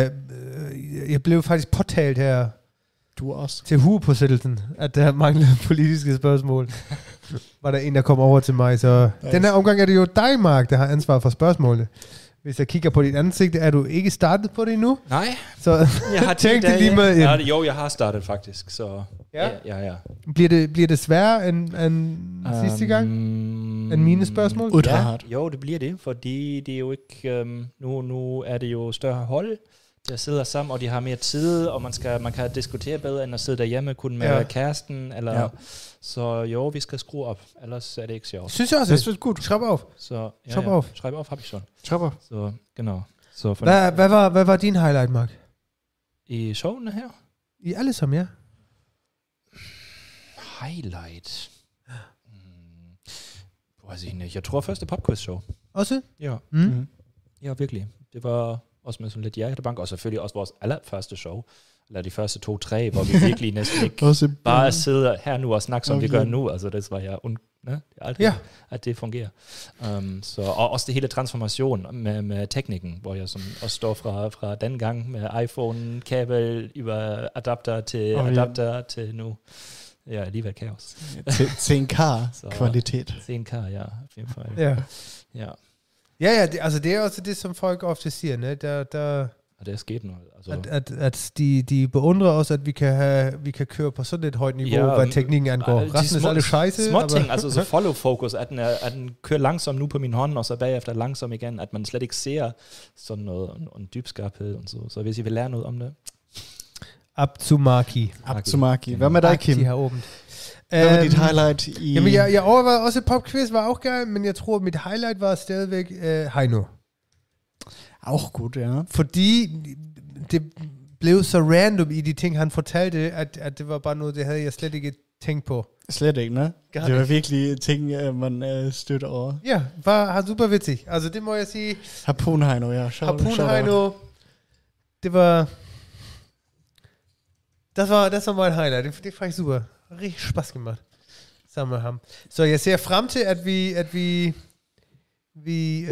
jeg blev faktisk påtalt her Du også. til hugepåsættelsen, at der manglede politiske spørgsmål. Var der en, der kom over til mig, så Nice. den her omgang er det jo dig, Mark, der har ansvar for spørgsmålene. Hvis jeg kigger på dit ansigt, er du ikke startet på det endnu? Nej, Så jeg har tænk tænkt det lige med ind. Jo, jeg har startet faktisk, så... Ja? Ja. Bliver det sværere end sidste gang? End mine spørgsmål? Uddraget. Jo, det bliver det, fordi det er jo ikke... Nu er det jo større hold, der sidder sammen, og de har mere tid, og man kan diskutere bedre, end at sidde derhjemme kun med kæresten, eller... Ja. Så jo, vi skal skrue op, ellers er det ikke sjovt. Synes jeg også. Det er gut. Schreib auf. Så, Schreib auf. Schreib auf, habe ich schon. Chopper. Så, genau. Så for Hvad var din highlight, Mark? i showene her? I alle sammen, ja. Highlight. Weiß ich nicht. Jeg tror første popquiz-show. Også? Ja. Mm. Ja, virkelig. Det var også med sådan lidt hjertebank, og selvfølgelig også vores allerførste show, eller de første 2-3, hvor vi virkelig næsten ikke Også bare sidder her nu og snakker, som vi Okay. gør nu. Altså, det var jeg aldrig, at det fungerer. Så, og også det hele transformation med teknikken, hvor jeg som også står fra den gang med iPhone, kabel, über adapter til adapter til nu. Ja, alligevel kaos. til en kar Så- kvalitet. 10K, ja, på jeden Fall. Ja. Ja, Ja, det er også det, som folk ofte siger, ne? og det er sket noget. Altså, At de beundrer os, at vi kan køre på sådan et højt niveau, Ja, hvad teknikken angår. de Resten er alle scheiße. Små ting, altså så follow-fokus, at den kører langsomt nu på min hånd, og så bagefter langsom igen, at man slet ikke ser sådan noget, og en dyb skarphed og så. Så hvis I vil lære noget om det. Abzumaki. Abzumaki. Hvad med dig, Kim? De har åbent. Hvad var dit highlight i... Jamen, jeg overvejede også, at popquiz var også geil, men jeg tror, at mit highlight var stadigvæk Heino. Auch gut, ja. Fordi det blev så random i de ting, han fortalte, at det var bare noget, det havde jeg slet ikke tænkt på. Slet ikke, ne? Det var virkelig ting, man støtter over. Ja, var super witzig. Altså, det må jeg sige. Harpunheino, ja. Harpun Heino. Det var mein highlight. Det er faktisk super. Rigtig spaß gemacht sammen med ham. Så jeg ser frem til, at vi Vi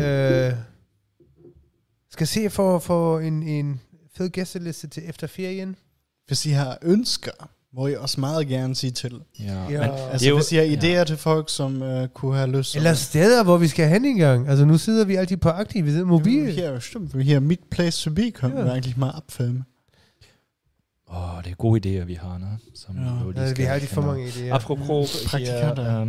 skal se for en fed gæsteliste til efter ferien. Hvis I har ønsker, må I også meget gerne sige til. Ja. Ja. Men, Altså hvis I har idéer til folk, som kunne have lyst. Eller steder, hvor vi skal hen engang. Altså nu sidder vi altid på aktiv, vi sidder mobil. Her, stimmt. Her Mit Place to Be kommer vi egentlig meget opfilme. det er gode idéer, vi har, ne? Som jo lige Vi har altid for mange idéer. Apropos Praktikanter.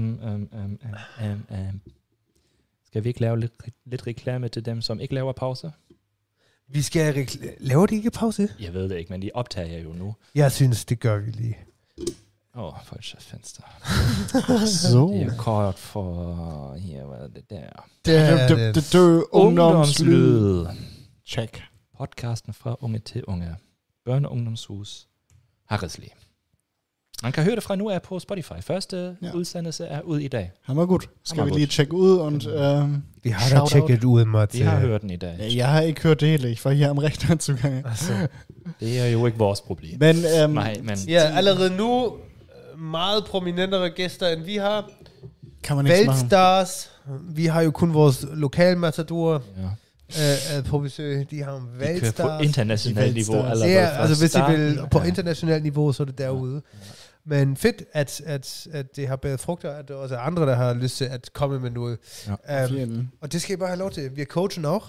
Skal vi ikke lave lidt reklame til dem, som ikke laver pauser? Vi skal laver de ikke pause? Jeg ved det ikke, men de optager jo nu. Jeg synes, det gør vi lige. Falsche Fenster. Så. Det er kort for... Her var det der. Det ungdomslyd. Check. Podcasten fra unge til unge. Børne- og ungdomshus. Harridsli. Man kan høre det fra nu af på Spotify. Første udsendelse er ud i dag. Hammer godt. Skal vi lige tjekke ud? Og, vi har da tjekket ud, Martin. Vi har hørt den i dag. Ja, jeg har ikke hørt det hele, for jeg er om rigtig tilgang. Altså. Det er jo ikke vores problem. Men, men ja, allerede nu meget prominentere gæster, end vi har. Kan man ikke Valstars. Vi har jo kun vores lokale matadorer på besøg. De har Valstars. De kører på internationalt niveau allerede. Ja, altså hvis I vil på internationalt niveau, så er det derude. Ja. Men fedt, at det har bæret frugter, at der også er andre, der har lyst til at komme med noget. Ja. Og det skal I bare have lov til. Vi er coachen også.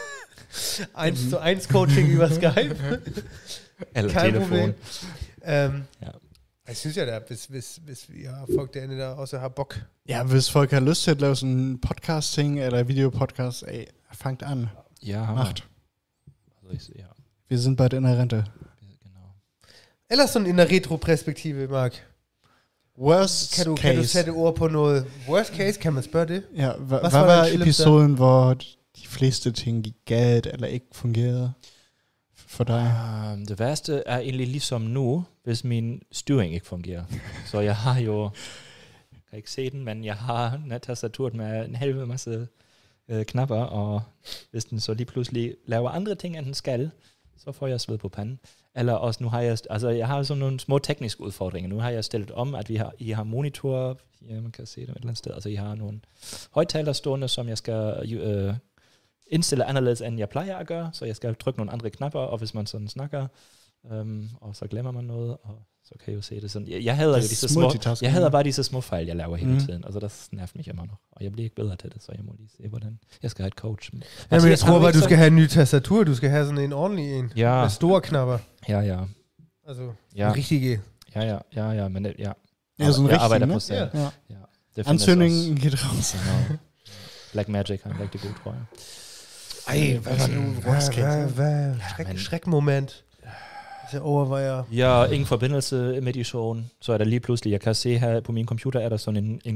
1-1 coaching über Skype. Eller telefon. Jeg synes da, hvis vi har folk derinde, der også har bok. Ja, hvis folk har lyst til at lave sådan en podcast-ting, eller videopodcast, fangt an. Ja, macht. Ja. Wir sind bei den Rente. Genau. Eller sådan en retro-perspektive, Mark. Worst case. Kan du sætte ord på noget? Worst case, kan man spørge det? Ja, hvad var episoden, hvor de fleste ting gik galt, eller ikke fungerede for dig? Det værste er egentlig ligesom nu, hvis min styring ikke fungerer. Så jeg har jo, jeg kan ikke se den, men jeg har en tastatur med en hel masse knapper, og hvis den så lige pludselig laver andre ting, end den skal, så får jeg sved på panden. Eller også nu har jeg har sådan nogle små tekniske udfordringer. Nu har jeg stillet om, at I har monitor, ja, man kan se det et eller andet sted, altså I har nogle højttaler stående, som jeg skal indstille anderledes, end jeg plejer at gøre, så jeg skal trykke nogle andre knapper, og hvis man sådan snakker, og så glemmer man noget, og så kan jeg jo se det sådan. Jeg hader bare disse små fejl, jeg laver hele tiden, altså det nerver mig immer noch, og jeg bliver ikke bedre til det, så jeg må lige se, hvordan jeg skal have et coach. Jamen, jeg tror bare, du skal have en ny tastatur, du skal have sådan en ordentlig en, med store knapper. Ja. Altså, en rigtig. Ja, men ja. Jeg arbejder på selv. Ja. Ansøgningen geht raus. Blackmagic har en rigtig god, tror jeg. Ej, hvad var nu? Hvad? Skrækmoment. Så overvejer. Ja, ingen forbindelse med edition. Så er der lige pludselig, jeg kan se her på min computer, er der sådan et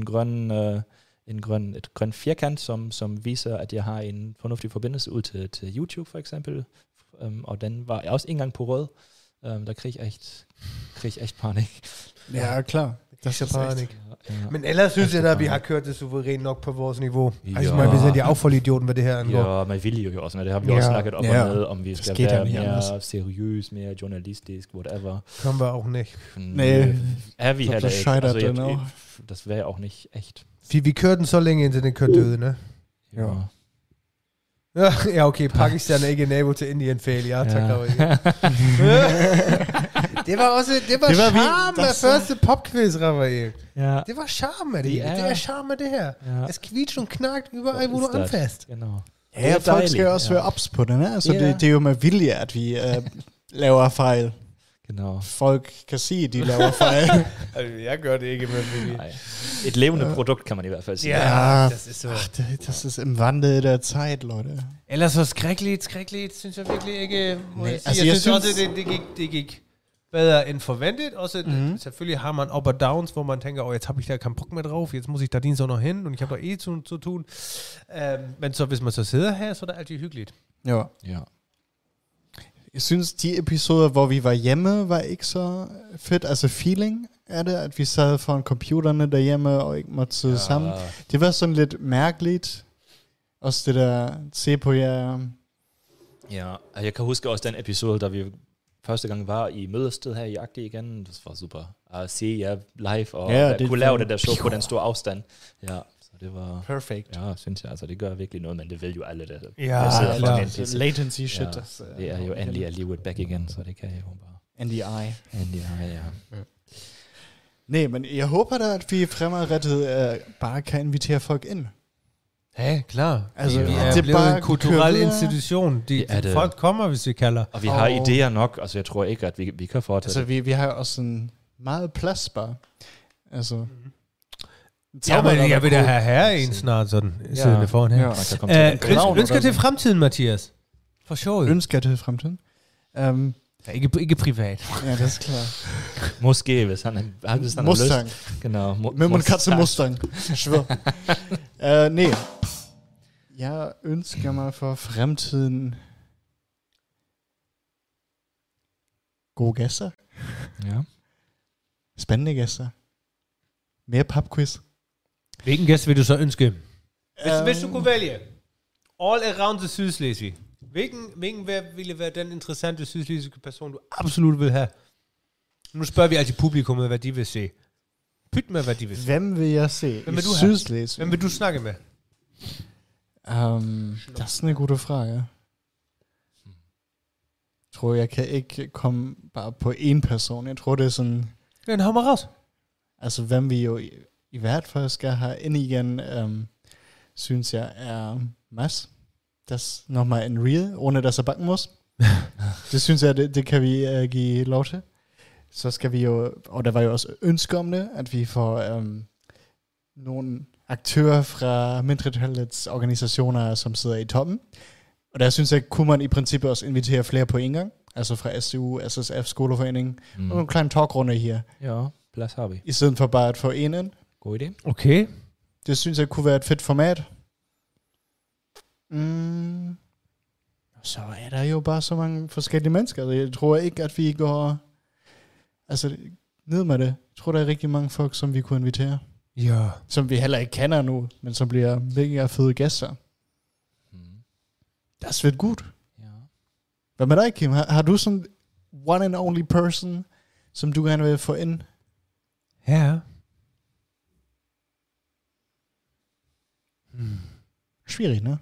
grøn firkant, som viser, at jeg har en fornuftig forbindelse ud til YouTube for eksempel. Og den var også ikke engang på rød. Der krieg ich echt panik. Ja, klar. Das ist panik. Ja. Men ellers synes jeg da, at vi har kørt det suverænt nok på vores niveau. Ja. Altså, man bliver jo affolidioten, hvad det her angår. Ja, man vil jo også, men det har vi også snakket op og ned, om vi skal være mere seriøs, mere journalistisk, whatever. Kommen wir auch nicht. Nee. Er vi heller ikke. Altså, das wäre auch nicht echt. Vi kørte den så længe, indtil den kørte døde, ne? Ja. Ja, okay, Pakistan er ikke nabo til Indien, fail. Ja, tak. Det var charme af første popquiz, Raphael. Ja. Det var charme af det her. Det er charme af det her. Ja. Es quietscht und knackt überall, wo du anfasst. Genau. Ja, folk skal også være ops på den her. Så det er jo med vilje, at vi laver fejl. Genau. Folk kan sige, at de laver fejl. Jeg gør det ikke med vilje. Nej. Et levende produkt, kan man i hvert fald sige. Ja, das ist so. Das ist im Wandel der Zeit, Leute. Ellers så skrækkeligt, synes jeg virkelig ikke. Nej, altså, jeg synes også, det gik bedre end forventet. Også selvfølgelig har man up og downs, hvor man tænker, jetzt habe ich da keinen Bock mehr drauf, jetzt muss ich da Dienstag noch hin, und ich habe da zu tun. Men så hvis man så sidder her, så er det altid hyggeligt. Ja. Jeg synes, de episoder, hvor vi var hjemme, var ikke så fedt. Altså feeling er det, at vi sad foran computerne derhjemme og ikke måtte sidde sammen. Det var sådan lidt mærkeligt. Også det der, se på jer. Ja, jeg kan huske også den episode, da vi første gang var i mødested her i Agde igen. Det var super. At se jer live og kunne lave det der show på den store afstand. Ja, Så det var... Perfekt. Ja, synes jeg. Altså, det gør virkelig noget, men det vil jo alle, der latency shit. Ja, det er jo endelig at livet back igen, så det kan jeg jo bare... NDI, ja. Nej, men jeg håber da, at vi fremadrettet bare kan invitere folk ind. Ja, klar. Altså, vi er blevet en kulturel institution. Folk kommer, hvis vi kalder. Og vi har idéer nok, altså jeg tror ikke, at vi kan fortsætte. Altså, vi har også en meget plads bare. Altså... Jeg vil da have her en snart sådan, siddende foran her. Ønsker til fremtiden, Mathias? For sjovt. Ønsker til fremtiden? Ikke privat. Ja, det er klart. Måske, hvis han har Mustang. lyst. Genau. Men man kan til Mustang. Nej. Jeg ønsker mig for fremtiden gode gæster. Ja. Spændende gæster. Mere papquiz. Hvilken gæst vil du så ønske? Hvis du kunne vælge all around the Sydslesvig, hvilken ville være den interessante sydslesvigske person, du absolut vil have? Nu spørger vi altid publikummet, hvad de vil se. Pyt med, hvad de vil se. Hvem vil jeg se Hvem vil i du Sydslesvig? Hvem vil du snakke med? Det er sådan en god frage. Jeg tror, jeg kan ikke komme bare på én person. Jeg tror, det er sådan... Den hammer raus. Altså, hvem vi jo i hvert fald skal have ind igen, synes jeg er Mads. Das nochmal en real, ohne dass er backen muss. Det synes jeg, det kan vi give lov til. Så skal vi jo, og der var jo også ønske om det, at vi får nogle aktører fra mindretallets organisationer, som sidder i toppen. Og der synes jeg, kunne man i princippet også invitere flere på en gang. Altså fra SDU, SSF, Skoleforeningen. Og nogle kleine talkrunde her. Ja, plads har vi. I stedet for bare at få en ind. God idé. Okay. Det synes jeg kunne være et fedt format. Så er der jo bare så mange forskellige mennesker. Altså, jeg tror ikke, at vi går ned med det. Jeg tror, der er rigtig mange folk, som vi kunne invitere. Ja. Som vi heller ikke kender nu, men som bliver virkelig fede gæster. Det er svært godt. Ja. Hvad med dig, Kim? Har du sådan one and only person, som du gerne vil få ind? Ja. Schwierig, ne?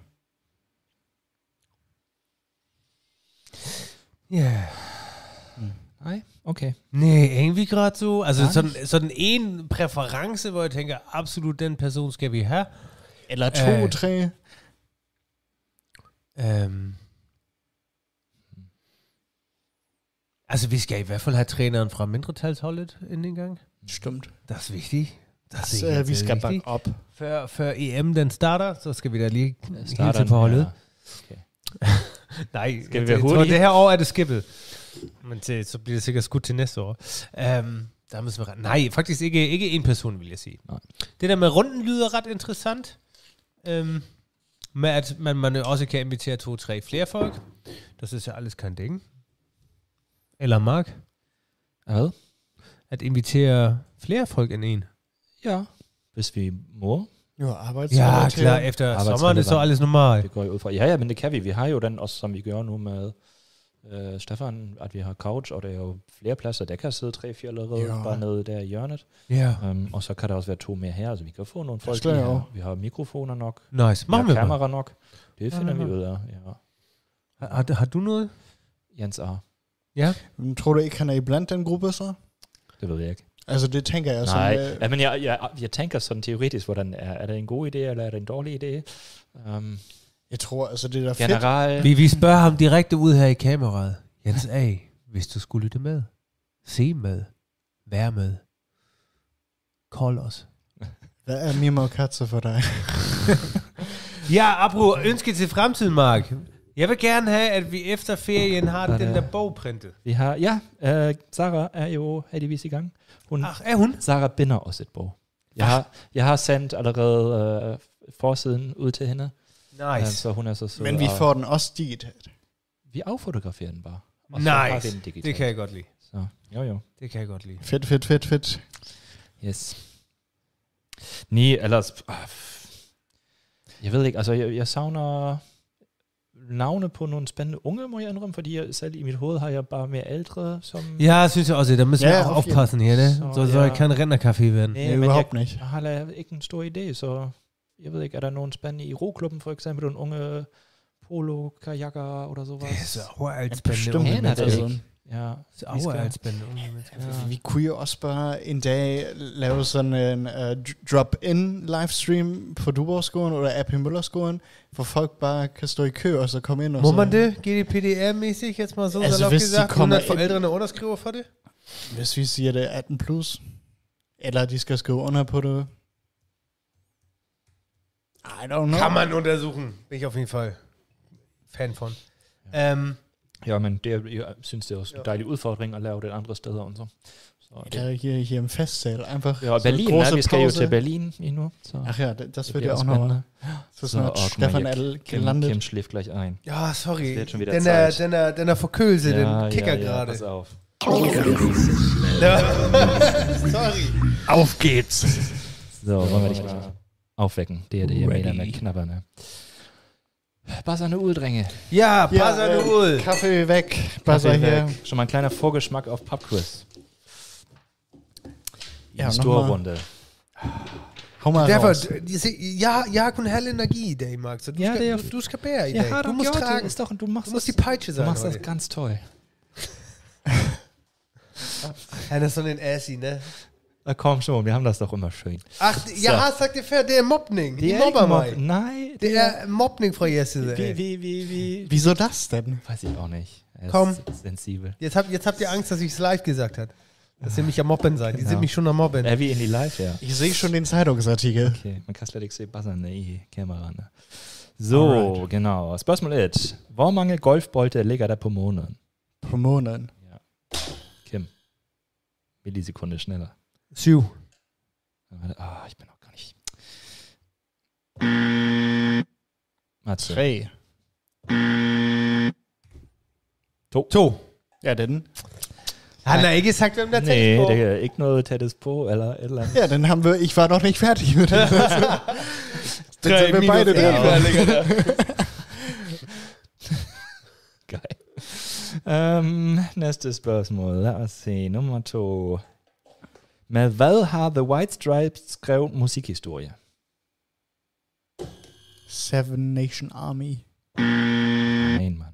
Ja. Nej, okay. Nej, egentlig gerade så. Altså sådan en præference, hvor jeg tænker, absolut den person skal vi have. Eller 2, 3. Altså, vi skal i hvert fald have træneren fra mindretalsholdet inden en gang. Stimmt. Det er vigtigt. Vi skal bakke op. Før EM den starter, så skal vi da lige hilse på holdet. Ja. Okay. Nej, skal vi være hurtige? Det her år er det skippet. Men så bliver det sikkert skudt til næste år. Nej, faktisk ikke en person, vil jeg sige. Nej. Det der med runden lyder ret interessant. Med at man også kan invitere 2-3 flere folk. Der synes jeg alles kan dænge. Eller Mark? Hvad? At invitere flere folk end en. Ja, hvis vi må. Jo, ja, klar, efter sommeren er så alles normalt. Det går jo ud fra. Ja, men det kan vi. Vi har jo den også, som vi gør nu med Stefan, at vi har couch, og der er jo flere pladser. Der kan sidde 3-4 allerede bare nede der i hjørnet. Ja. Og så kan der også være 2 mere her, så vi kan få nogle folk her. Vi har mikrofoner nok. Nice. Vi har kamera nok. Det finder vi ud af. Ja. Har du noget? Jens A. Ja. Men tror du ikke, han er iblandt den gruppe så? Det ved jeg ikke. Altså det tænker jeg sådan... Nej, men jeg tænker sådan teoretisk, hvordan er det en god idé, eller er det en dårlig idé? Jeg tror, altså det er fedt. Vi spørger ham direkte ud her i kameraet. Jens A., hvis du skulle lytte med, se med, vær med, call os. Hvad er Mimo Katzer for dig? Ja, apropos ønske til fremtiden, Mark. Jeg vil gerne have, at vi efter ferien har den der bog printet. Vi har, Sarah er jo heldigvis i gang. Er hun? Sarah binder også et bog. Jeg har sendt allerede forsiden ud til hende. Nice. Så hun er så sød. Men vi får den også digitalt. Vi affotograferer den bare. Nice. Det kan jeg godt lide. Så, jo. Det kan jeg godt lide. Fedt. Yes. Nej, ellers... Jeg ved ikke, altså jeg savner navne på nogle spændende unge, må jeg indrømme, fordi jeg selv i mit hoved har jeg bare mere ældre, som... Ja, synes jeg også, der må jeg oppassen her, det. Så jeg kan Rennercafé være. Nej, men jeg har ikke en stor idé, så jeg ved ikke, er der nogen spændende i roklubben for eksempel, nogle unge polo-kajakker oder sowas? Det er så overalt spændende unge mennesker. Ja, så overalt spændende unge mennesker. Ja. Vi kunne jo også bare en dag lave sådan en drop-in livestream på Duborgskolen eller AP Møllerskolen, hvor folk bare kan stå i kø og så komme ind. Og Må så man det? GDPR-mæssigt, jetzt mal so altså, salopp hvis gesagt, de kommer uden at forældrene underskriver for det? Hvis vi siger det 18 plus, eller de skal skrive under på det. I don't know. Kann man untersuchen. Bin ich auf jeden Fall fan von. Ja, men jeg synes, det er også en dejlig udfordring at lave det andre steder og så. Der hier im Festsal einfach. Ja, Berlin, ne? Vi skal jo til Berlin nu. So. Ach ja, das wird ja auch noch. So snart Stefan L. gelandet. Kim schläft gleich ein. Ja, sorry. Den er Verkölse, den Kicker gerade. Pass auf. Sorry. Auf geht's. So, wollen wir dich mal aufwecken. Der wieder mit Knabbern. Basserne Uldränge. Ja, Basserne Uld. Kaffee weg, Basser hier. Schon mal ein kleiner Vorgeschmack auf Pubquiz. Ja, Storrunde. Hau mal raus. Ja, kun hell Energie i dag, Max. Du skal bære i dag. Ja, du musst tragen. Ist doch, du musst die Peitsche sein. Du machst das ganz toll. Han er sådan en assi, ne? Na komm schon, wir haben das doch immer schön. Ach, ja, sagt det før, det er mobning. De mobber mig. Nej. Det er mobning fra jeres side. Wieso das denn? Weiß ich auch nicht. Komm. Sensibel. Jetzt habt ihr Angst, dass ich es live gesagt habe. Dass sie mich am Mobben seid. Die sind mich schon am Mobben. Wie in die Live, ja. Ich sehe schon den Zeitungsartikel. Okay, man kan slet ikke se basserne i kameraerne. Så, alright. Genau. Spørgsmål 1. Hvor mange golfbolde ligger der på måneden? På måneden? Ja. Kim. Millisekunde schneller. 7. Ich bin noch gar nicht. Matze. 3. 2. Ja, den. Han har ikke sagt, hvem der tættest på. Nej, det er ikke noget tættest på, eller et eller andet. Ja, den haben wir, ich war noch nicht fertig mit dem. Den sind wir beide der. Geil. Næste spørgsmål. Lad os se. Nummer 2. Med hvad har The White Stripes skrevet musikhistorie? Seven Nation Army. Nej, mand.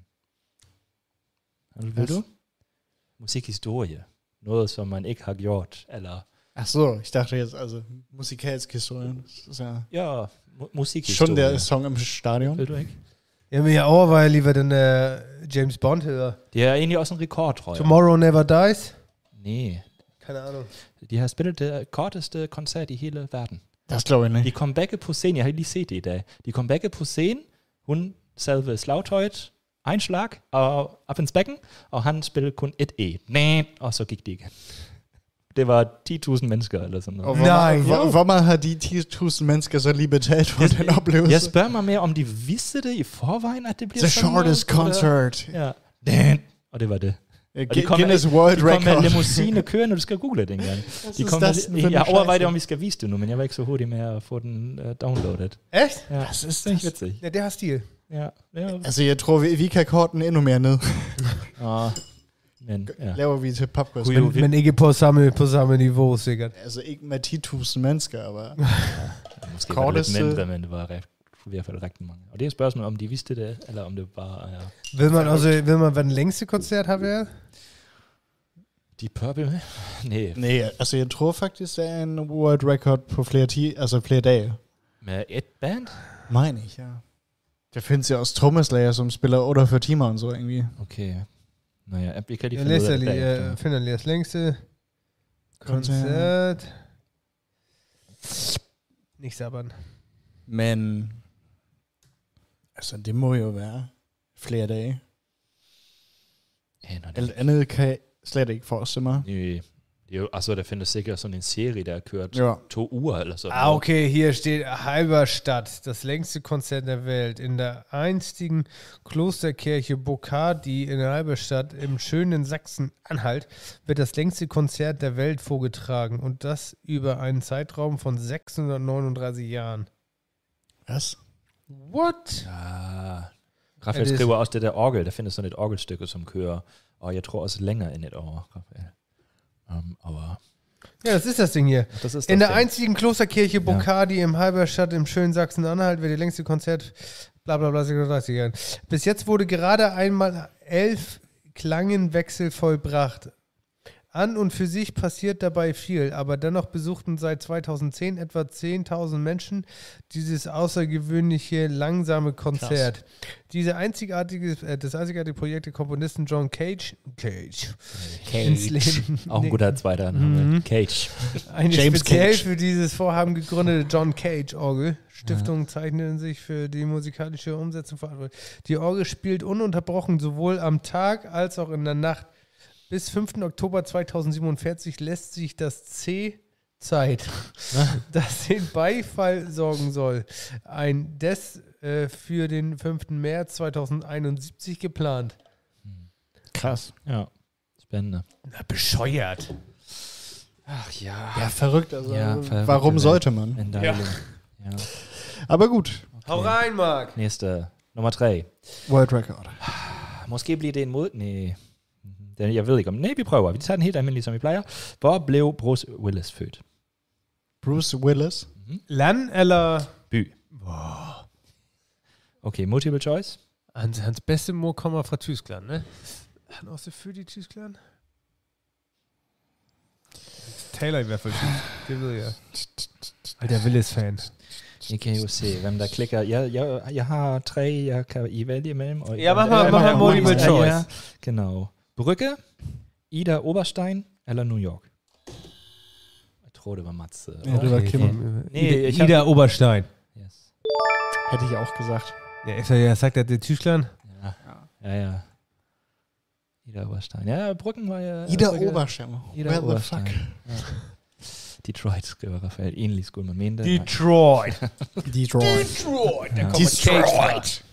Ved du? Musikhistorie. Noget, som man ikke har gjort, eller... Ach so, ich dachte jetzt, also musikalsk historie. Så. Ja, musikhistorie. Schon der Song im Stadion. Ved du ikke? Jamen, jeg overvejer lige, hvad den James Bond hedder. Det er egentlig også en rekord, tror jeg. Tomorrow Never Dies? Nej. Keine Ahnung. De har spillet det korteste koncert i hele verden. Das glaube ich nicht. De kom begge på scenen, jeg har lige set det i dag. De kom begge på scenen, hun sad ved slagtøjet, en slag, og op ins Becken, og han spillede kun et E. Og så gik det igen. Det var 10.000 mennesker, eller sådan noget. Og hvor meget har de 10.000 mennesker så lige betalt for den oplevelse? Jeg spørger mig mere, om de vidste det i forvejen, at det bliver The sådan shortest concert. Ja. Og det var det. Guinness World Record. De kom med limousine kørende, du skal google det engang. Jeg overvejede, om vi skal vise det nu, men jeg var ikke så hurtig med at få den downloadet. Echt? Ja, det er witzig. Ja, det har stil. Ja. Altså, jeg tror, vi kan korten endnu mere ned. Men, ja. Laver vi til popquiz. Men ikke på samme niveau, sikkert. Altså, ikke med 10.000 mennesker, aber... Måske var det lidt mindre, men det var i hvert fald rigtig mange. Og det er et spørgsmål, om de vidste det, eller om det bare er... Ved man, hvad den længste koncert har været? De Purple? Nej, altså jeg tror faktisk, det er en world record på flere dage. Med et band? Meine ich, ja. Der findes ja også trommeslager, som spiller 48 timer og så egentlig. Okay. Nå ja, jeg kan lige finde ud af det. Jeg finder lige jeres længste koncert. Nicht sabern. Men altså, det må jo være flere dage. Alt andet kan jeg slet ikke forestille mig. Det er jo, altså, der findes sikkert sådan en serie, der har kørt 2 uger eller så. Okay, hier steht Halberstadt, das längste Konzert der Welt. In der einstigen Klosterkirche Bocardi in Halberstadt im schönen Sachsen-Anhalt wird das längste Konzert der Welt vorgetragen und das über einen Zeitraum von 639 Jahren. Was? What? Ja. Raphael skriver også det der orgel. Der findes sådan et orgelstykke, som kører, og jeg tror også længere end et år, Raphael. Ja, das ist das Ding hier. Das ist In das der Ding. einzigen Klosterkirche Bocardi im Halberstadt im schönen Sachsen-Anhalt wird die längste Konzert, bla bla bla, 36 Jahren. Bis jetzt wurde gerade einmal 11 Klangenwechsel vollbracht. An und für sich passiert dabei viel, aber dennoch besuchten seit 2010 etwa 10.000 Menschen dieses außergewöhnliche, langsame Konzert. Das einzigartige Projekt der Komponisten John Cage ins Leben. Auch ein guter zweiter Name. Cage. Eine James speziell Cage. für dieses Vorhaben gegründete John Cage Orgel. Stiftungen zeichnen sich für die musikalische Umsetzung verantwortlich. Die Orgel spielt ununterbrochen sowohl am Tag als auch in der Nacht. Bis 5. Oktober 2047 lässt sich das C Zeit, das den Beifall sorgen soll. Ein Des für den 5. März 2071 geplant. Krass. Ja, spannend. Na, bescheuert. Ach ja. Ja, verrückt. Also, Ja, verrückte warum Welt. sollte man? Ja. Aber gut. Hau rein, Marc. Nächste. Nummer 3. World Record. Måske bliver det en mod... Nej. Jeg ved ikke om... Nej, vi prøver. Vi tager den helt almindelig, som vi plejer. Hvor blev Bruce Willis født? Bruce Willis. Land eller... By. Okay, multiple choice. Hans bedste mor kommer fra Tyskland, ne? Han er også født i Tyskland? Taler i hvert fald tysk. Det ved jeg. Og der er Willis-fan. I kan jo se, hvem der klikker. Jeg har 3, jeg kan I vælge imellem. Og Ja, mach multiple choice. Ja, genau. Brücke, Ida Oberstein eller New York? Jeg tror, det var Mats. Ja, det var Kim. Nee, Ida Oberstein. Yes. Hätte ich auch gesagt. Ja, så jeg sagt, at det er Tyskland. Ja. Ida Oberstein. Ja, Brücken war ja... Ida Brücke. Oberstein. Ida Where the Oberstein. fuck? Ja. Detroit, skriver Raphael. Egentlig skulle man mene det. Detroit. Detroit. Ja. Detroit.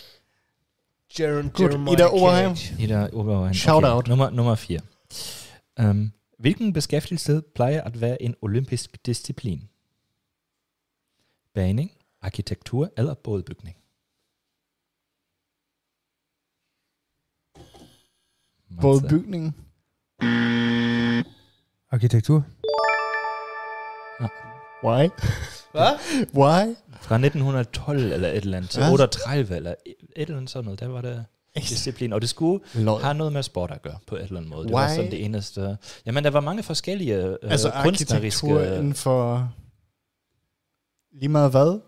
Gut, Jeremiah Ida Oberheim. Ida Oberheim. Shout out. Nummer 4. Hvilken beskæftigelse plejer at være en olympisk disciplin? Baning, arkitektur eller bådbygning? Bådbygning. Arkitektur. Why? Hvad? Why? Fra 1912 eller et eller andet til Hvad? 38 eller et eller andet sådan noget. Der var det disciplin, og det skulle have noget med sport at gøre på et eller andet måde. Det var sådan det eneste. Jamen, der var mange forskellige altså kunstneriske... arkitektur inden for lige meget hvad?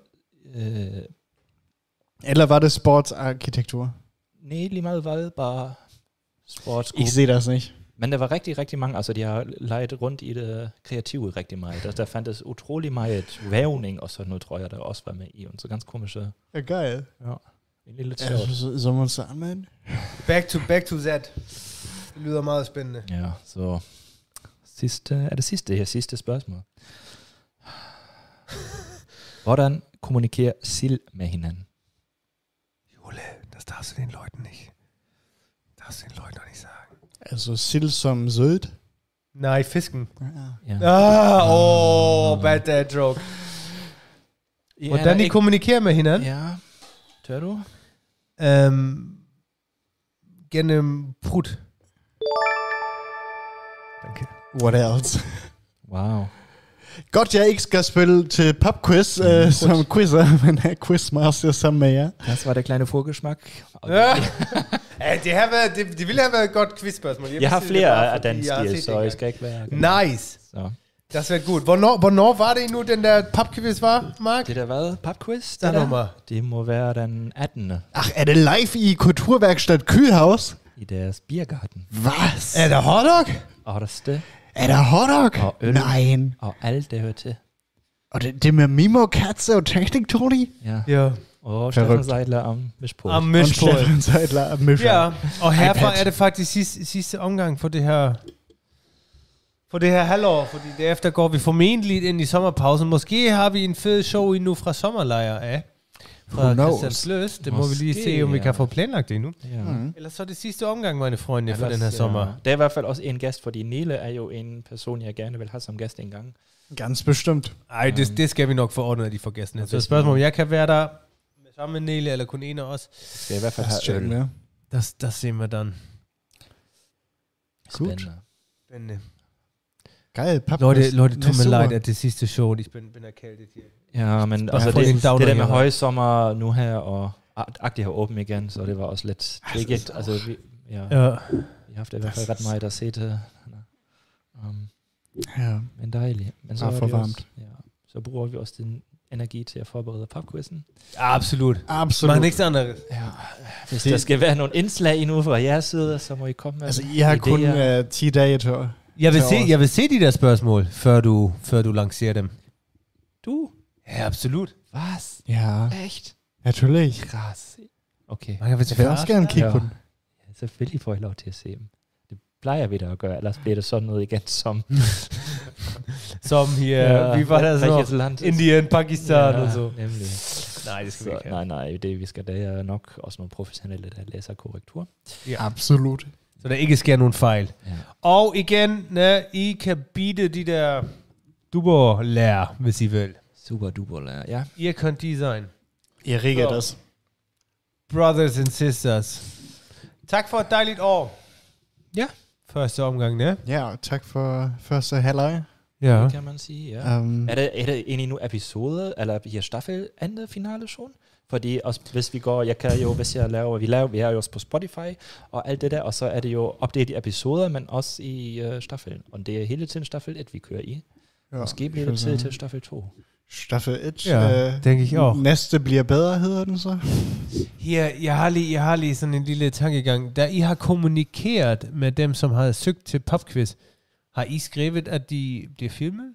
Eller var det sportsarkitektur? Nej, lige meget hvad, bare sport. Ich sehe das nicht. Men der var rigtig, rigtig mange, altså de har leget rundt i det kreative rigtig meget. Der fandtes utrolig meget vævning og sådan noget, tror jeg, der også var med i. Og så ganz komische... Ja, geil. Ja, egentlig lidt sjovt. Så må man starte med det. Back to that. Det lyder meget spændende. Ja, så... Sidste spørgsmål. Hvordan kommunikerer sild med hinanden? Jule, das darfst du den Leuten nicht. Darfst du den Leuten noch nicht sagen. Altså sild som sødt? Nej, fisken. Ja. Bad dad joke. Hvordan de kommunikerer med hinanden? Ja, tør du? Gennem prut. Danke. What else? Wow. Godt, jeg ikke skal spille til popquiz som quizzer, men er quizmaster sammen med jer. Das war der kleine Vorgeschmack. Ja. Det ville have været et godt quizspørgsmål. Jeg har flere af den stil, så jeg skal ikke være... Nice. Så. Das wäre gut. Hvornår var det nu, den der popquiz var, Mark? Det der hvad? Popquiz? Der nummer. Det må være den 18. Ach, er det live i Kulturværksted Kühlhaus? I deres biergarten. Was? Er der hotdog? Orderste. Er der hotdog? Og øl. Nein. Og alt, det hører til. Og det med Mimo, Katze og Technik, Toni? Ja. Og Stefan Seidler am Mischpult. Am Mischpult. Og Stefan Seidler am Mischpult. Ja, og herfra er det faktisk sidste omgang for det her... For det her halvår, fordi derefter går vi formentlig ind i sommerpausen. Måske har vi en fed show endnu fra sommerlejr af. Fra Christiansløs. Det må vi lige se, om vi kan få planlagt det endnu. Ja. Ellers så er det sidste omgang, mine freunde, for den her sommer. Det er i hvert fald også en gæst, fordi Nele er jo en person, jeg gerne vil have som gæst en gang. Ganz bestimmt. Ej, det skal vi nok få ordnet af de for gæstene. Så spørgsmål, om jeg kan være der sammen med Nele, eller kun en af os. Det er i hvert fald have øl. Ja. Der ser man dann. Spændende. Spændende. Geil, Pappquiz. Leute, tut mir leid, at det sidste show, ich bin erkältet hier. Ja, men altså det der med højsommer nu her, og agtigt har åbent igen, så det var også lidt triggigt. Altså, vi har haft i hvert fald ret meget at se til. Men dejligt. Men så for varmt. Så bruger vi også den energi til at forberede popquizzen. Absolut. Man niks anderes. Ja. Hvis der skal være nogle indslag endnu fra jeres side, så må I komme med altså, I har kun 10 dage til jeg vil se de der spørgsmål, før du lancerer dem. Du? Ja, absolut. Was? Ja. Echt? Natürlich. Krass. Okay. Jeg vil også gerne kigge på den. Ja, selvfølgelig får I lov til at se dem. Det plejer vi da at gøre, ellers bliver det sådan noget igen som... som her, vi var der så, Indien, Pakistan og så. Nemlig. Nej, det skal vi ikke have. Nej, det vi skal, der er nok også nogle professionelle, der læser korrektur. Ja, absolut. Så der ikke sker nogen fejl. Ja. Og igen, I kan bide de der duberlærer, hvis I vil. Super duberlærer, ja. I kan design. Erik også. Brothers and sisters. Tak for et dejligt år. Ja. Første omgang, ja. Ja, tak for første halvleg. Ja. Det kan man sige, ja. Er det egentlig nu episode, eller her staffel ende finale schon? Fordi også, hvis vi går, vi er jo også på Spotify og alt det der, og så er det jo opdelt i episoder, men også i staffelen. Og det er hele tiden staffel 1, vi kører i. Ja, måske bliver det tid til staffel 2. Staffel 1, denker jeg også. Næste bliver bedre, hedder den så? Her, jeg har lige sådan en lille tankegang. Da I har kommunikeret med dem, som har søgt til popquiz, har I skrevet, at de bliver filmet?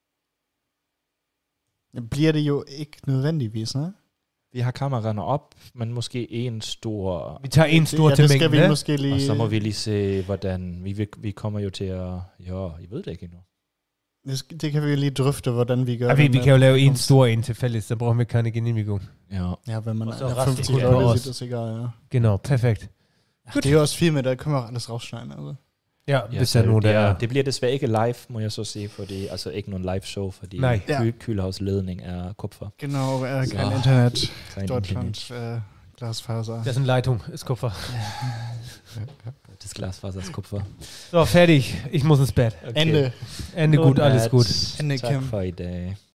Bliver det jo ikke nødvendigvis, ne? Vi har kameraerne op, men måske en stor... Vi tager en stor til mængden, måske lige... Og så må vi lige se, hvordan... Vi kommer jo til at... Ja, I ved det ikke endnu. Det kan vi jo lige drøfte, hvordan vi gør. Ja, vi kan jo lave en stor en til fælles, så bruger vi Carnegie Nimigo. Ja, hvad man er 5 på os. Ja. Genau, perfekt. Ja, det er jo også fint med, der kommer alles rausschneiden. Altså. Ja, hvis der er nogen, der... Det bliver desværre ikke live, må jeg så sige, fordi, altså ikke nogen live show, fordi Kühlhaus-ledning er kupfer. Genau, kein Internet. Deutschland, Glasfaser. Das ist ein Leitung, ist Kupfer. Das Glasfaser ist Kupfer. So, fertig. Ich muss ins Bett. Okay. Ende gut, alles gut. Ende tak for i dag.